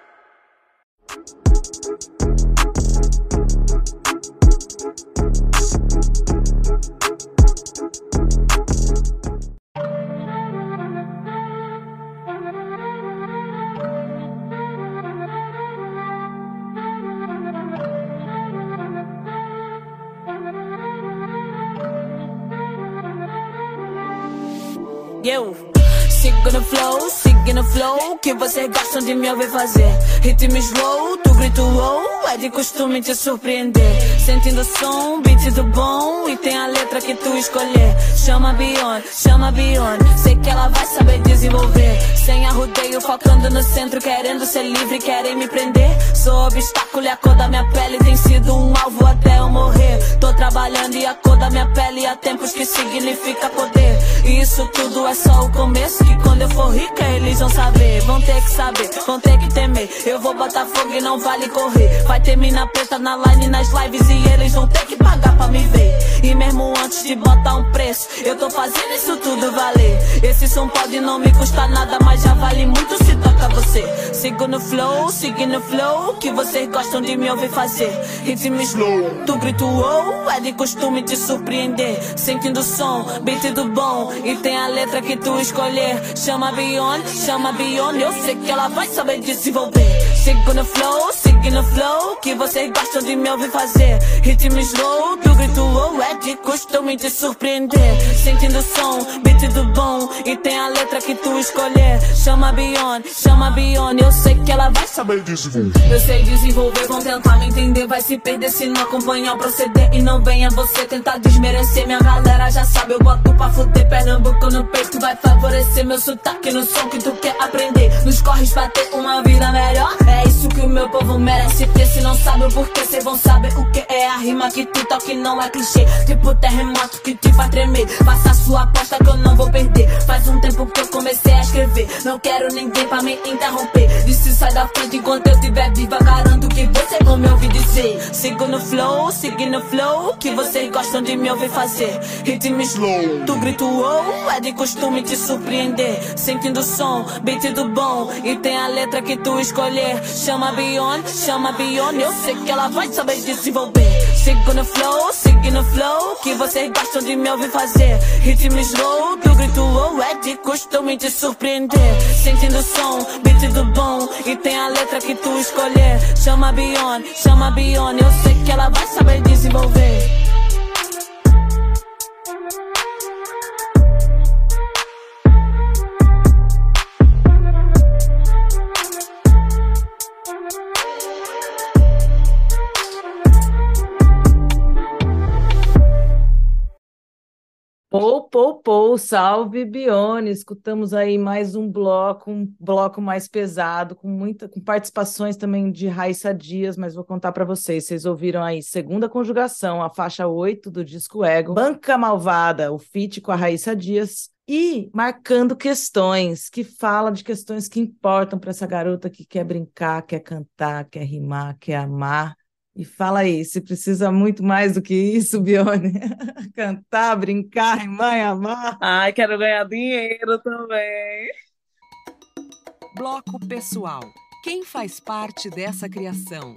Eu sigo no flow, sigo no flow, que vocês gostam de me ouvir fazer. Ritmo slow, tu grito wow, é de costume te surpreender. Sentindo o som, beat do bom, e tem a letra que tu escolher. Chama Bione, chama Bione, sei que ela vai saber desenvolver. Sem arrudeio, focando no centro, querendo ser livre, querem me prender. Sou obstáculo e a cor da minha pele tem sido um alvo até eu morrer. Tô trabalhando e a cor da minha pele há tempos que significa poder. E isso tudo é só o começo, que quando eu for rica eles vão saber. Vão ter que saber, vão ter que temer. Eu vou botar fogo e não vale correr. Vai ter mina preta na line, nas lives, e eles vão ter que pagar pra me ver. E mesmo antes de botar um preço, eu tô fazendo isso tudo valer. Esse som pode não me custar nada, mas já vale muito se toca você. Sigo no flow, sigo no flow, que vocês gostam de me ouvir fazer. Ritmo slow, tu grito wow, é de costume te surpreender. Sentindo o som, beat do bom, e tem a letra que tu escolher. Chama Bione, chama Bione, eu sei que ela vai saber desenvolver. Sigo no flow, sigo no flow, que vocês gostam de me ouvir fazer. Ritmo slow, tu grito wow, é de costume te surpreender. Sentindo o som, beat do bom, e tem a letra que tu escolher. Chama Bione, chama Bione, eu sei que ela vai saber desenvolver. Eu sei desenvolver, vão tentar me entender, vai se perder se não acompanhar o proceder. E não venha você tentar desmerecer, minha galera já sabe, eu boto pra fuder. Pernambuco no peito vai favorecer meu sotaque no som que tu quer aprender. Nos corres pra ter uma vida melhor, é isso que o meu povo merece ter. Se não sabe o porquê, cês vão saber o que é a rima que tu toca e não é clichê. Tipo terremoto que te faz tremer. Faça a sua aposta que eu não vou perder. Faz um tempo que eu comecei a escrever, não quero ninguém pra me interromper. Disse sai da frente enquanto eu tiver viva, garanto que vocês vão me ouvir dizer. Sigo no flow, sigo no flow, que vocês gostam de me ouvir fazer. Ritmo slow, tu grito wow, é de costume te surpreender. Sentindo o som, beat do bom, e tem a letra que tu escolher. Chama Bione, chama Bione, eu sei que ela vai saber desenvolver. Sigo no flow, sigo no flow, que vocês gostam de me ouvir fazer. Ritmo slow, tu grito wow, é de costume te surpreender. Sentindo o som, beat do bom, e tem a letra que tu escolher. Chama Bione, chama Bione, eu sei que ela vai saber desenvolver. Pou, pou, pou, salve Bione. Escutamos aí mais um bloco, um bloco mais pesado, com muita, com participações também de Raíssa Dias, mas vou contar para vocês. Vocês ouviram aí Segunda Conjugação, a faixa oito do disco Ego, Banca Malvada, o feat com a Raíssa Dias, e Marcando Questões, que fala de questões que importam para essa garota que quer brincar, quer cantar, quer rimar, quer amar. E fala aí, se precisa muito mais do que isso, Bione? Cantar, brincar, rimar e amar. Ai, quero ganhar dinheiro também. Bloco Pessoal. Quem faz parte dessa criação?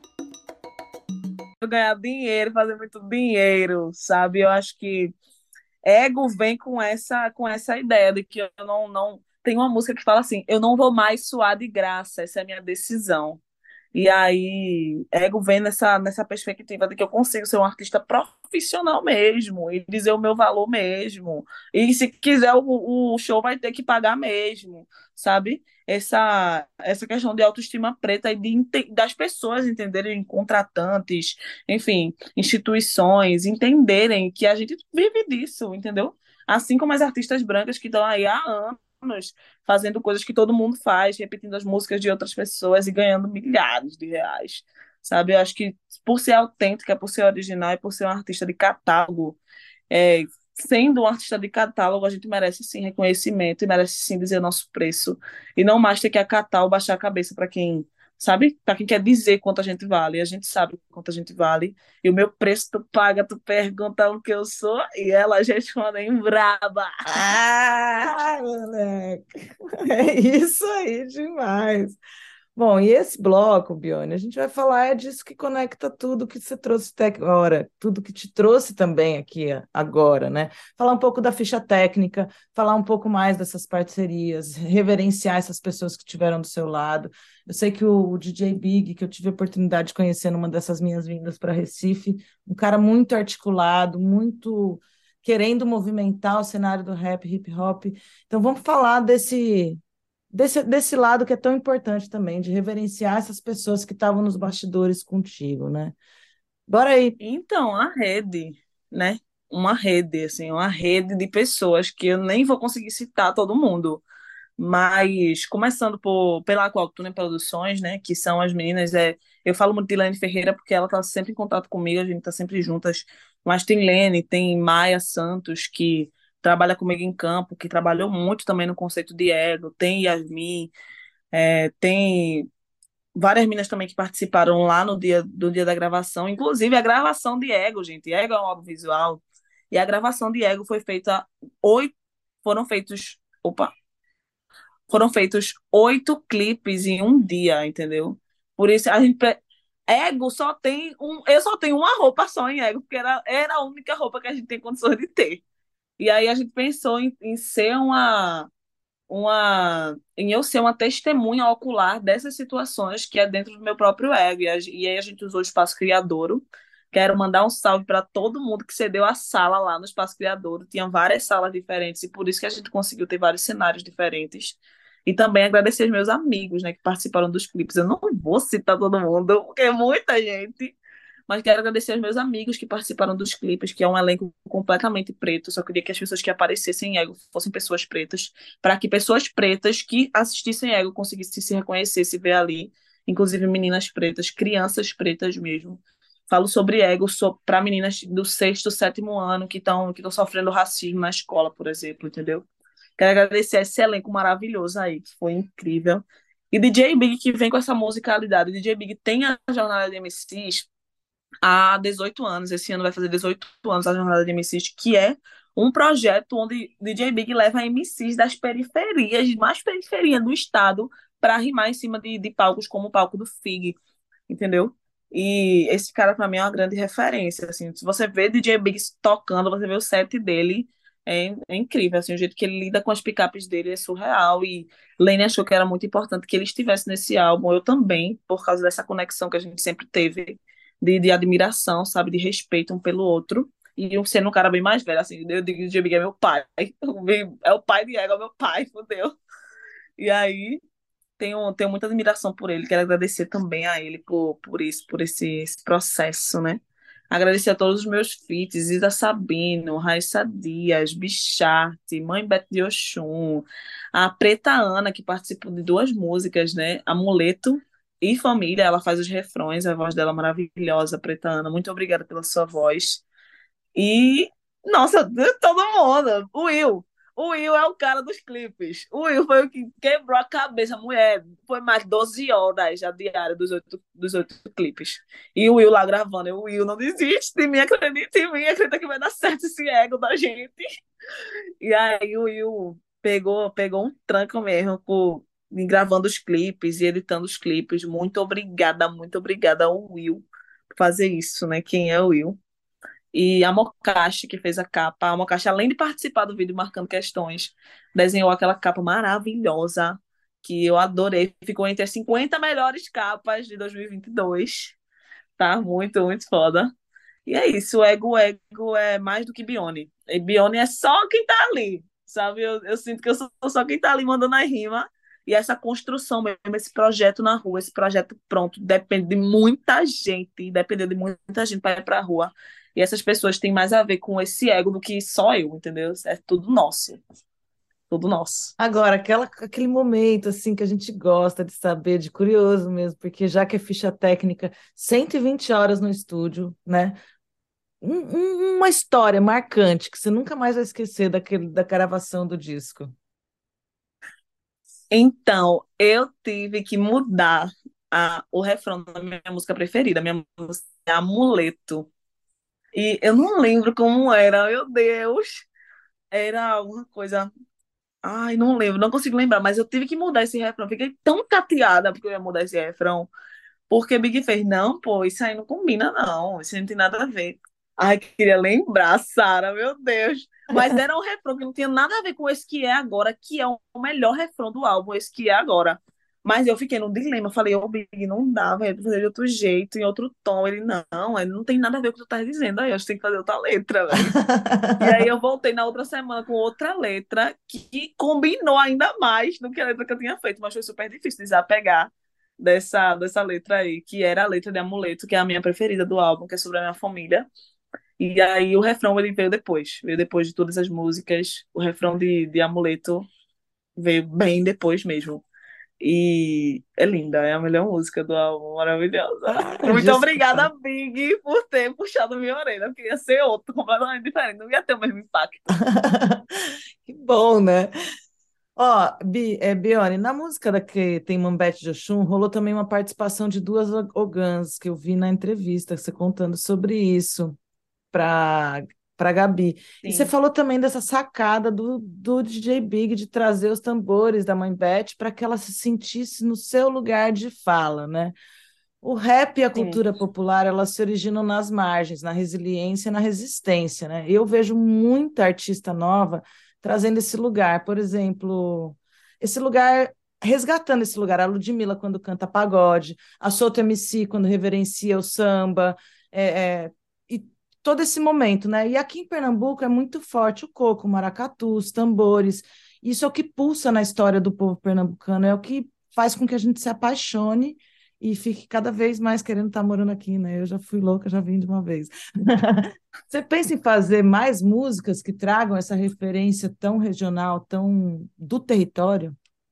Quero ganhar dinheiro, fazer muito dinheiro, sabe? Eu acho que ego vem com essa, com essa ideia de que eu não, não tem uma música que fala assim: eu não vou mais suar de graça, essa é a minha decisão. E aí, Ego vem nessa, nessa perspectiva de que eu consigo ser um artista profissional mesmo, e dizer o meu valor mesmo. E se quiser, o, o show vai ter que pagar mesmo, sabe? Essa, essa questão de autoestima preta e de, ente- das pessoas entenderem, contratantes, enfim, instituições, entenderem que a gente vive disso, entendeu? Assim como as artistas brancas que estão aí há anos fazendo coisas que todo mundo faz, repetindo as músicas de outras pessoas e ganhando milhares de reais, sabe? Eu acho que por ser autêntica, por ser original e por ser um artista de catálogo, é, sendo um artista de catálogo, a gente merece sim reconhecimento e merece sim dizer o nosso preço e não mais ter que acatar ou baixar a cabeça para quem, sabe? Para quem quer dizer quanto a gente vale. A gente sabe quanto a gente vale. E o meu preço tu paga, tu pergunta o que eu sou e elas respondem braba. Ah, moleque. É isso aí demais. Bom, e esse bloco, Bione, a gente vai falar é disso que conecta tudo que você trouxe até agora, tudo que te trouxe também aqui agora, né? Falar um pouco da ficha técnica, falar um pouco mais dessas parcerias, reverenciar essas pessoas que estiveram do seu lado. Eu sei que o D J Big, que eu tive a oportunidade de conhecer numa dessas minhas vindas para Recife, um cara muito articulado, muito querendo movimentar o cenário do rap, hip hop. Então vamos falar desse desse, desse lado que é tão importante também, de reverenciar essas pessoas que estavam nos bastidores contigo, né? Bora aí. Então, a rede, né? Uma rede, assim, uma rede de pessoas que eu nem vou conseguir citar todo mundo, mas começando por, pela Qualtune Produções, né? Que são as meninas, é, eu falo muito de Lene Ferreira porque ela tá sempre em contato comigo, a gente tá sempre juntas, mas tem Lene, tem Maia Santos, que trabalha comigo em campo, que trabalhou muito também no conceito de ego, tem Yasmin, é, tem várias meninas também que participaram lá no dia do dia da gravação, inclusive a gravação de Ego, gente. Ego é um audiovisual e a gravação de Ego foi feita oito, foram feitos, opa, foram feitos oito clipes em um dia, entendeu? Por isso a gente pre- Ego só tem um, eu só tenho uma roupa só em Ego, porque era, era a única roupa que a gente tem condições de ter. E aí a gente pensou em, em ser uma uma em eu ser uma testemunha ocular dessas situações que é dentro do meu próprio ego. E, a- e aí a gente usou o Espaço Criadouro. Quero mandar um salve para todo mundo que cedeu a sala lá no Espaço Criadouro. Tinha várias salas diferentes e por isso que a gente conseguiu ter vários cenários diferentes. E também agradecer os meus amigos, né, que participaram dos clipes. Eu não vou citar todo mundo, porque é muita gente. Mas quero agradecer aos meus amigos que participaram dos clipes, que é um elenco completamente preto. Só queria que as pessoas que aparecessem em Ego fossem pessoas pretas, para que pessoas pretas que assistissem Ego conseguissem se reconhecer, se ver ali. Inclusive meninas pretas, crianças pretas mesmo. Falo sobre Ego para meninas do sexto, sétimo ano que estão que estão sofrendo racismo na escola, por exemplo, entendeu? Quero agradecer a esse elenco maravilhoso aí, que foi incrível. E D J Big, que vem com essa musicalidade. D J Big tem a jornada de M Cs há dezoito anos. Esse ano vai fazer dezoito anos a Jornada de M Cs, que é um projeto onde D J Big leva M Cs das periferias, mais periferia do estado, para rimar em cima de, de palcos como o palco do Fig, entendeu? E esse cara, para mim, é uma grande referência. Assim, se você vê D J Big tocando, você vê o set dele, é, é incrível. Assim, o jeito que ele lida com as picapes dele é surreal. E Lane achou que era muito importante que ele estivesse nesse álbum. Eu também, por causa dessa conexão que a gente sempre teve de, de admiração, sabe, de respeito um pelo outro. E eu sendo um cara bem mais velho, assim, eu digo que o J B é meu pai. É o pai de Ego, é meu pai, fodeu. E aí, tenho, tenho muita admiração por ele. Quero agradecer também a ele por, por isso, por esse, esse processo, né? Agradecer a todos os meus feats, Isa Sabino, Raissa Dias, Bicharte, Mãe Beth de Oxum, a Preta Ana, que participou de duas músicas, né? Amuleto e Família, ela faz os refrões, a voz dela é maravilhosa, Preta Ana. Muito obrigada pela sua voz. E, nossa, todo mundo. O Will. O Will é o cara dos clipes. O Will foi o que quebrou a cabeça, mulher. Foi mais doze horas já diária dos oito, dos oito clipes. E o Will lá gravando. O Will não desiste de mim, acredita em mim, acredita que vai dar certo esse ego da gente. E aí o Will pegou, pegou um tranco mesmo por, em gravando os clipes e editando os clipes. Muito obrigada, muito obrigada ao Will por fazer isso, né? Quem é o Will? E a Mokashi, que fez a capa, a Mokashi, além de participar do vídeo marcando questões, desenhou aquela capa maravilhosa, que eu adorei. Ficou entre as cinquenta melhores capas de dois mil e vinte e dois. Tá muito, muito foda. E é isso, o Ego, Ego é mais do que Bione. E Bione é só quem tá ali, sabe? Eu, eu sinto que eu sou só quem tá ali mandando a rima. E essa construção mesmo, esse projeto na rua, esse projeto pronto, depende de muita gente, depende de muita gente para ir pra rua. E essas pessoas têm mais a ver com esse ego do que só eu, entendeu? É tudo nosso, tudo nosso. Agora, aquela, aquele momento assim que a gente gosta de saber, de curioso mesmo, porque já que é ficha técnica, cento e vinte horas no estúdio, né? Um- um- uma história marcante que você nunca mais vai esquecer daquele, da gravação do disco. Então, eu tive que mudar a, o refrão da minha música preferida. Minha música é Amuleto. E eu não lembro como era, meu Deus. Era alguma coisa. Ai, não lembro, não consigo lembrar, mas eu tive que mudar esse refrão. Fiquei tão chateada porque eu ia mudar esse refrão. Porque Big fez, não, pô, isso aí não combina, não. Isso aí não tem nada a ver. Ai, queria lembrar, Sara, meu Deus. Mas era um refrão que não tinha nada a ver com esse que é agora, que é o melhor refrão do álbum, esse que é agora. Mas eu fiquei num dilema. Eu falei, ô, Big, não dá, velho, fazer de outro jeito, em outro tom. Ele, não, ele não tem nada a ver com o que tu tá dizendo. Aí eu acho que tem que fazer outra letra, velho. E aí eu voltei na outra semana com outra letra que combinou ainda mais do que a letra que eu tinha feito, mas foi super difícil desapegar dessa, dessa letra aí, que era a letra de Amuleto, que é a minha preferida do álbum, que é sobre a minha família. E aí o refrão ele veio depois, veio depois de todas as músicas. O refrão de, de Amuleto veio bem depois mesmo. E é linda, é a melhor música do álbum, maravilhosa. Ah, Muito já obrigada, escutar. Big, por ter puxado minha orelha, porque ia ser outro, completamente diferente, não ia ter o mesmo impacto. Que bom, né? Ó, Bi, é, Bione, na música da que tem Mambete de Oxum, rolou também uma participação de duas o- Ogãs, que eu vi na entrevista, você contando sobre isso para para Gabi. E você Sim. falou também dessa sacada do, do D J Big de trazer os tambores da Mãe Beth para que ela se sentisse no seu lugar de fala, né? O rap e a Sim, cultura popular, elas se originam nas margens, na resiliência e na resistência, né? Eu vejo muita artista nova trazendo esse lugar, por exemplo, esse lugar, resgatando esse lugar, a Ludmilla quando canta pagode, a Souto M C quando reverencia o samba, é, é, e todo esse momento, né? E aqui em Pernambuco é muito forte o coco, o maracatu, os tambores, isso é o que pulsa na história do povo pernambucano, é o que faz com que a gente se apaixone e fique cada vez mais querendo estar morando aqui, né? Eu já fui louca, já vim de uma vez. Você pensa em fazer mais músicas que tragam essa referência tão regional, tão do território?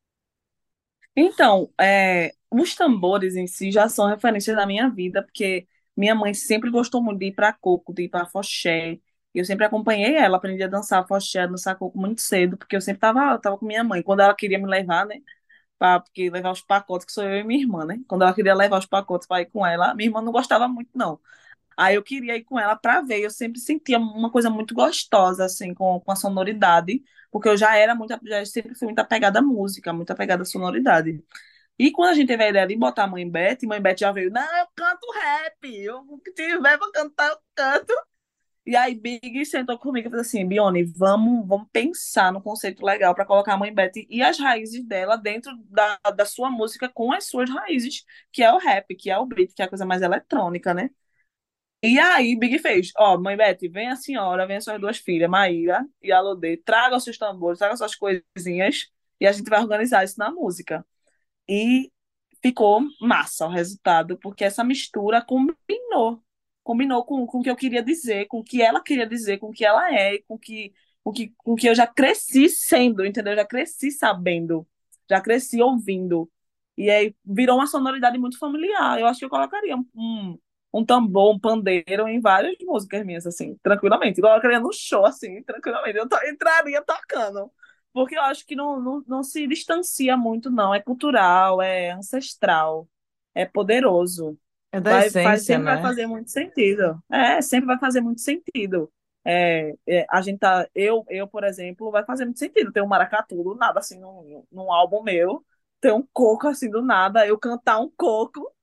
então, é, os tambores em si já são referências da minha vida, porque minha mãe sempre gostou muito de ir para coco, de ir para afoxé. E eu sempre acompanhei ela, aprendi a dançar afoxé, a dançar coco muito cedo, porque eu sempre tava, tava com minha mãe. Quando ela queria me levar, né, pra, porque levar os pacotes, que sou eu e minha irmã, né? Quando ela queria levar os pacotes para ir com ela, minha irmã não gostava muito, não. Aí eu queria ir com ela para ver. Eu sempre sentia uma coisa muito gostosa, assim, com, com a sonoridade, porque eu já era muito, já sempre fui muito apegada à música, muito apegada à sonoridade. E quando a gente teve a ideia de botar a Mãe Beth, Mãe Beth já veio, não, eu canto rap, eu, o que tiver pra cantar, eu canto. E aí Big sentou comigo e falou assim, Bione, vamos, vamos pensar no conceito legal para colocar a Mãe Beth e as raízes dela dentro da, da sua música com as suas raízes, que é o rap, que é o beat, que é a coisa mais eletrônica, né? E aí, Big fez, ó, Mãe Beth, vem a senhora, vem as suas duas filhas, Maíra e Alodê, traga os seus tambores, traga as suas coisinhas, e a gente vai organizar isso na música. E ficou massa o resultado, porque essa mistura combinou. Combinou com, com o que eu queria dizer, com o que ela queria dizer, com o que ela é, e com o que, com o que, com o que eu já cresci sendo, entendeu? Eu já cresci sabendo, já cresci ouvindo. E aí virou uma sonoridade muito familiar. Eu acho que eu colocaria um, um tambor, um pandeiro em várias músicas minhas, assim, tranquilamente. Eu colocaria no show, assim, tranquilamente. Eu to- entraria tocando. Porque eu acho que não, não, não se distancia muito, não. É cultural, é ancestral, é poderoso. É da Vai, faz, essência, sempre vai né? fazer muito sentido. É, sempre vai fazer muito sentido. É, é, a gente tá, eu, eu, por exemplo, vai fazer muito sentido ter um maracatu do nada, assim, num, num álbum meu, ter um coco assim do nada, eu cantar um coco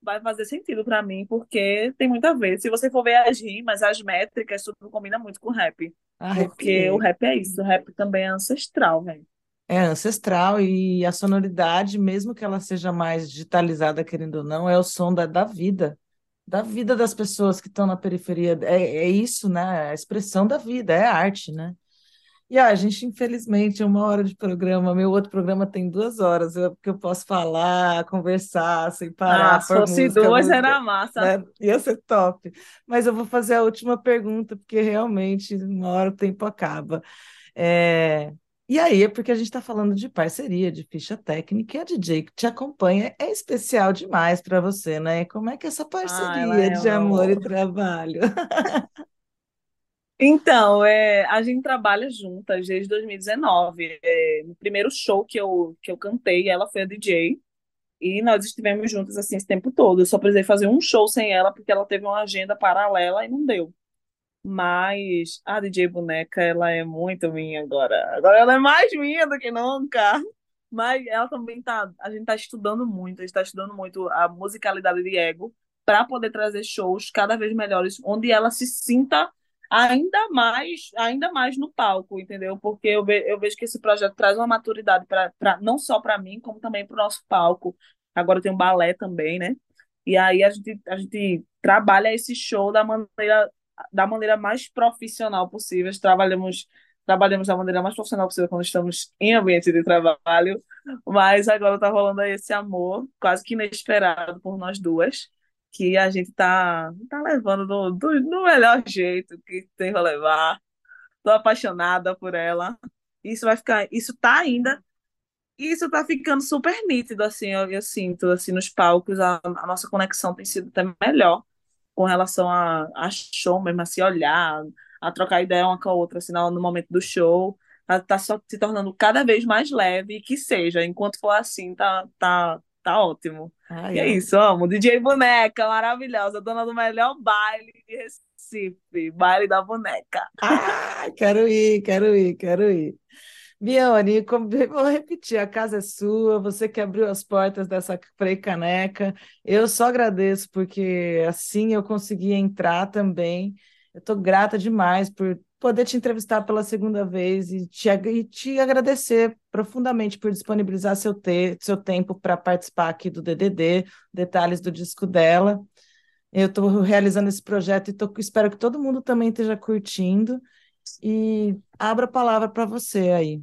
vai fazer sentido pra mim, porque tem muito a ver. Se você for ver as rimas, as métricas, tudo combina muito com o rap. Porque o Arrepiei. rap é isso, o rap também é ancestral, velho. É ancestral e a sonoridade, mesmo que ela seja mais digitalizada, querendo ou não, é o som da, da vida, da vida das pessoas que estão na periferia. É, é isso, né? É a expressão da vida, é arte, né? E ah, a gente, infelizmente, é uma hora de programa. Meu outro programa tem duas horas, eu, porque eu posso falar, conversar sem Ah, parar, se por fosse música, duas, música, era massa. né? Ia ser top. Mas eu vou fazer a última pergunta, porque realmente uma hora o tempo acaba. É, E aí, é porque a gente está falando de parceria, de ficha técnica, e a D J que te acompanha é especial demais para você, né? Como é que é essa Ah, ela parceria é o de meu amor e amor. trabalho? Então, é, a gente trabalha juntas desde dois mil e dezenove. É, no primeiro show que eu, que eu cantei, ela foi a D J. E nós estivemos juntas assim esse tempo todo. Eu só precisei fazer um show sem ela, porque ela teve uma agenda paralela e não deu. Mas a D J Boneca, ela é muito minha agora. Agora ela é mais minha do que nunca. Mas ela também tá. A gente tá estudando muito, a gente tá estudando muito a musicalidade de Ego para poder trazer shows cada vez melhores, onde ela se sinta ainda mais, ainda mais no palco, entendeu? Porque eu, ve, eu vejo que esse projeto traz uma maturidade para não só para mim, como também para o nosso palco. Agora tem um balé também, né? E aí a gente, a gente trabalha esse show da maneira da maneira mais profissional possível. Trabalhamos, trabalhamos da maneira mais profissional possível quando estamos em ambiente de trabalho, mas agora está rolando aí esse amor, quase que inesperado por nós duas, que a gente está tá levando do, do, do melhor jeito que tem para levar. Estou apaixonada por ela. Isso vai ficar, isso tá ainda, isso tá ficando super nítido, assim, eu, eu sinto, assim, nos palcos, a, a nossa conexão tem sido até melhor com relação a, a show mesmo, a se olhar, a trocar ideia uma com a outra, assim, no, no momento do show, tá, tá só se tornando cada vez mais leve, e que seja, enquanto for assim, tá, tá, tá ótimo. Ai, E é eu... isso, amo. D J Boneca, maravilhosa, dona do melhor baile de Recife, baile da boneca. Ai, quero ir, quero ir, quero ir. Bione, como- vou repetir, a casa é sua, você que abriu as portas dessa Frei Caneca. Eu só agradeço, porque assim eu consegui entrar também. Eu estou grata demais por poder te entrevistar pela segunda vez e te, ag- e te agradecer profundamente por disponibilizar seu, te, seu tempo para participar aqui do D D D, detalhes do disco dela. Eu estou realizando esse projeto e tô, espero que todo mundo também esteja curtindo. E abro a palavra para você aí.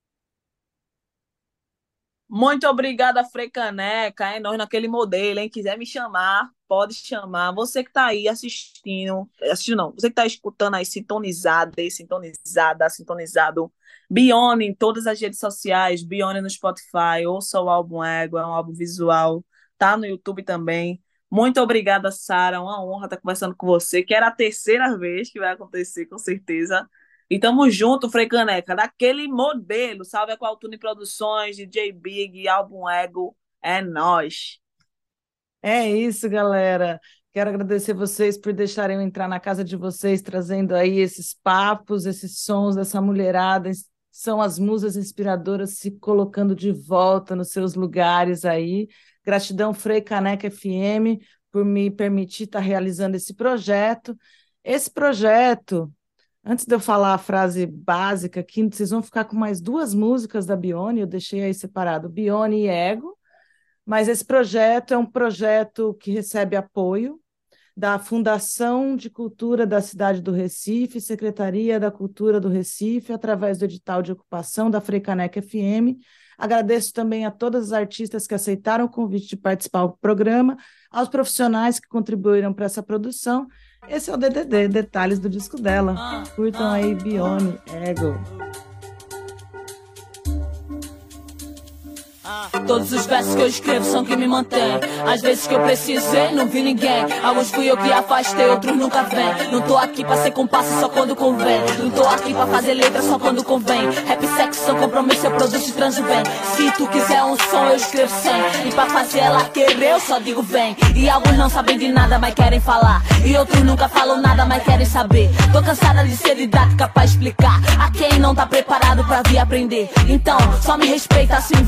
Muito obrigada, Frei Caneca, é nós naquele modelo, hein? Quiser me chamar, pode chamar. Você que está aí assistindo, assistindo não, você que está escutando aí, sintonizado, aí, sintonizada, sintonizado, Bione em todas as redes sociais, Bione no Spotify, ouça o álbum Ego, é um álbum visual, tá no YouTube também. Muito obrigada, Sara, uma honra estar conversando com você, que era a terceira vez que vai acontecer, com certeza. E tamo junto, Frei Caneca, daquele modelo. Salve a Qualtune Produções, D J Big, Álbum Ego, é nóis. É isso, galera. Quero agradecer vocês por deixarem eu entrar na casa de vocês, trazendo aí esses papos, esses sons dessa mulherada. São as musas inspiradoras se colocando de volta nos seus lugares aí. Gratidão, Frei Caneca F M, por me permitir estar realizando esse projeto. Esse projeto... Antes de eu falar a frase básica aqui, vocês vão ficar com mais duas músicas da Bione, eu deixei aí separado, Bione e Ego, mas esse projeto é um projeto que recebe apoio da Fundação de Cultura da cidade do Recife, Secretaria da Cultura do Recife, através do edital de ocupação da Frei Caneca F M. Agradeço também a todas as artistas que aceitaram o convite de participar do programa, aos profissionais que contribuíram para essa produção. Esse é o D D D, detalhes do disco dela. Curtam aí, Bione, Ego. Todos os versos que eu escrevo são que me mantém. Às vezes que eu precisei, não vi ninguém. Alguns fui eu que afastei, outros nunca vêm. Não tô aqui pra ser compasso só quando convém. Não tô aqui pra fazer letra só quando convém. Rap, sexo, são compromisso, eu produzo e transo bem. Se tu quiser um som, eu escrevo sem. E pra fazer ela querer, eu só digo vem. E alguns não sabem de nada, mas querem falar. E outros nunca falam nada, mas querem saber. Tô cansada de ser didática pra explicar a quem não tá preparado pra vir aprender. Então, só me respeita se me ver passar.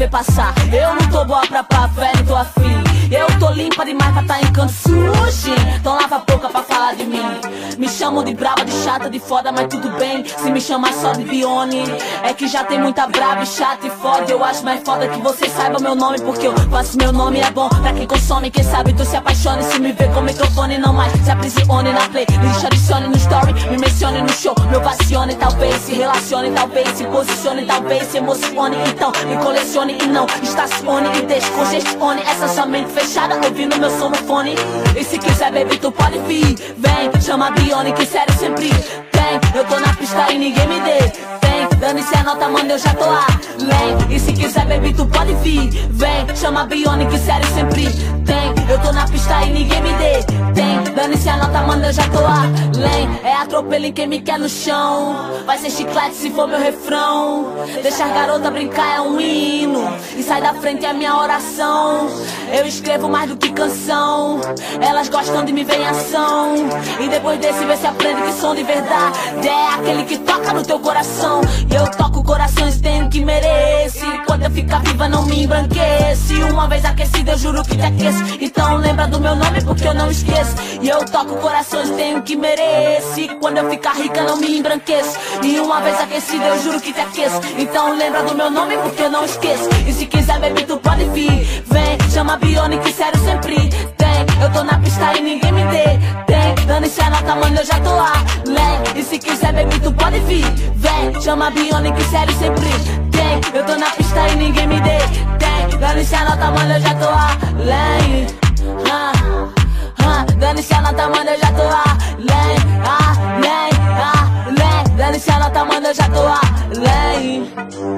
falar. Eu não tô boa pra papo, velho, tô afim. Eu tô limpa demais pra tá em canto sujo. Então lava a boca pra falar de mim. Me chamam de braba, de chata, de foda, mas tudo bem. Se me chamar só de Bione, é que já tem muita braba e chata e foda. Eu acho mais foda que você saiba meu nome, porque eu faço meu nome, é bom pra quem consome. Quem sabe tu se apaixone, se me vê com microfone, não mais se aprisione na play. Lixo, adicione no story, me mencione no show. Me ovacione, talvez, se relacione, talvez, se posicione, talvez, se emocione. Então me colecione e não estacione e descongestione essa sua mente fechada, ouvindo meu som no fone. E se quiser, baby, tu pode vir. Vem, chama a Bione, que sério sempre tem. Eu tô na pista e ninguém me detém. Dane-se a nota, mano, eu já tô além. E se quiser, baby, tu pode vir. Vem, chama a Bione, que sério sempre tem. Eu tô na pista e ninguém me detém. Dane-se a nota, mano, eu já tô além. É atropelo em quem me quer no chão. Vai ser chiclete se for meu refrão. Deixa a garota brincar é um hino. E sai da frente é minha oração. Eu escrevo mais do que canção. Elas gostam de me ver em ação. E depois desse vê se aprende que som de verdade é aquele que toca no teu coração. E eu toco corações, tenho que merece. Quando eu ficar viva não me embranquece. Uma vez aquecida eu juro que te aqueço. Então lembra do meu nome porque eu não esqueço. E eu toco corações, tenho que merece. Quando eu ficar rica não me embranqueço. E uma vez aquecida eu juro que te aqueço. Então lembra do meu nome porque eu não esqueço. E se quiser, baby, tu pode vir. Vem, chama a Bione, que sério sempre tem. Eu tô na pista e ninguém me detém. Dane-se a nota, mano, eu já tô além. E se quiser, baby, tu pode vir. Vem, chama a Bione, que sério sempre tem. Eu tô na pista e ninguém me detém. Dane-se a nota, mano, eu já tô além. ah, ah, Dane-se a nota, mano, eu já tô além. Além, além. Dane-se a nota, mano, eu já tô além.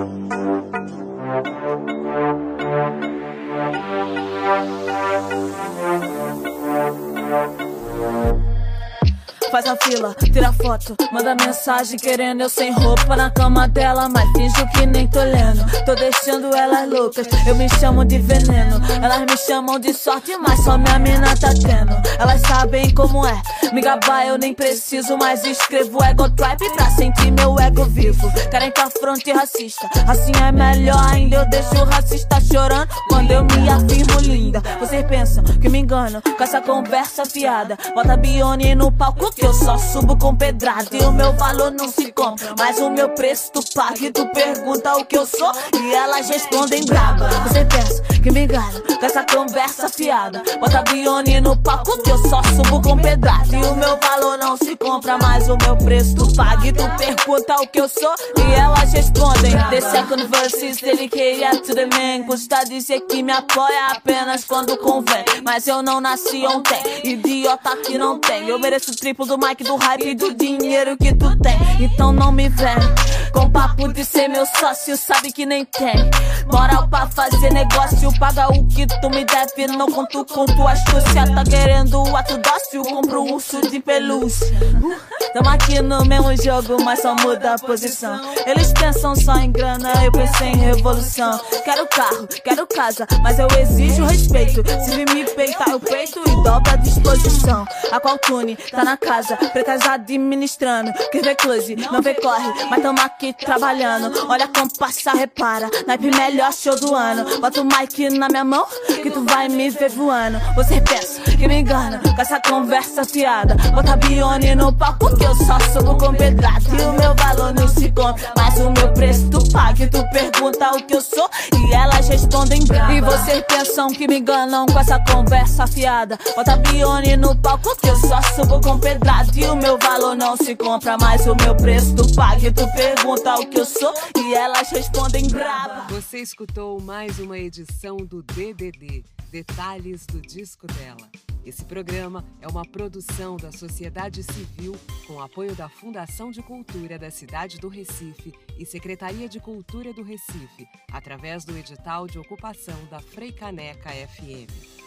Faz a fila, tira foto, manda mensagem querendo eu sem roupa na cama dela, mas finjo que nem tô lendo. Tô deixando elas loucas, eu me chamo de veneno. Elas me chamam de sorte, mas só minha mina tá tendo. Elas sabem como é, me gabar eu nem preciso, mas escrevo ego tribe pra sentir meu ego vivo. Querem tá fronte racista, assim é melhor ainda. Eu deixo o racista chorando quando eu me afirmo linda. Vocês pensam que me enganam com essa conversa fiada. Bota Bione no palco que eu só subo com pedrada. E o meu valor não se compra, mas o meu preço tu paga. E tu pergunta o que eu sou e elas respondem braba. Você pensa que me engana com essa conversa fiada. Bota Bione no palco que eu só subo com pedrada. E o meu valor não se compra, mas o meu preço tu paga. E tu pergunta o que eu sou e elas respondem. The second verse is dedicated to the man. Custa dizer que me apoia apenas quando convém, mas eu não nasci ontem, idiota que não tem. Eu mereço o triplo do mic, do hype e do dinheiro que tu tem. Então não me vem com papo de ser meu sócio, sabe que nem tem moral pra fazer negócio. Paga o que tu me deve, não conto com tua astúcia. Tá querendo o ato dócil, compro um urso de pelúcia. Tamo aqui no mesmo jogo, mas só muda a posição. Eles pensam só em grana, eu pensei em revolução. Quero carro, quero casa, mas eu exijo respeito. Se vir me peitar eu peito e dobra a disposição. A qual tune tá na casa, pretas administrando. Que vê close, não vê corre, mas tamo aqui trabalhando. Olha como passa, repara, naipe melhor show do ano. Bota o mic na minha mão, que tu vai me ver voando. Você pensa que me engana com essa conversa fiada. Bota Bione no palco que eu só subo com pedrada. E o meu valor não se compra, mas o meu preço tu paga. E tu pergunta o que eu sou e elas respondem brava. E vocês pensam que me enganam com essa conversa fiada. Bota Bione no palco que eu só subo com pedrada. E o meu valor não se compra, mas o meu preço tu paga. E tu pergunta o que eu sou e elas respondem brava. Você escutou mais uma edição do D D D, Detalhes do Disco Dela. Esse programa é uma produção da sociedade civil com apoio da Fundação de Cultura da cidade do Recife e Secretaria de Cultura do Recife, através do edital de ocupação da Frei Caneca F M.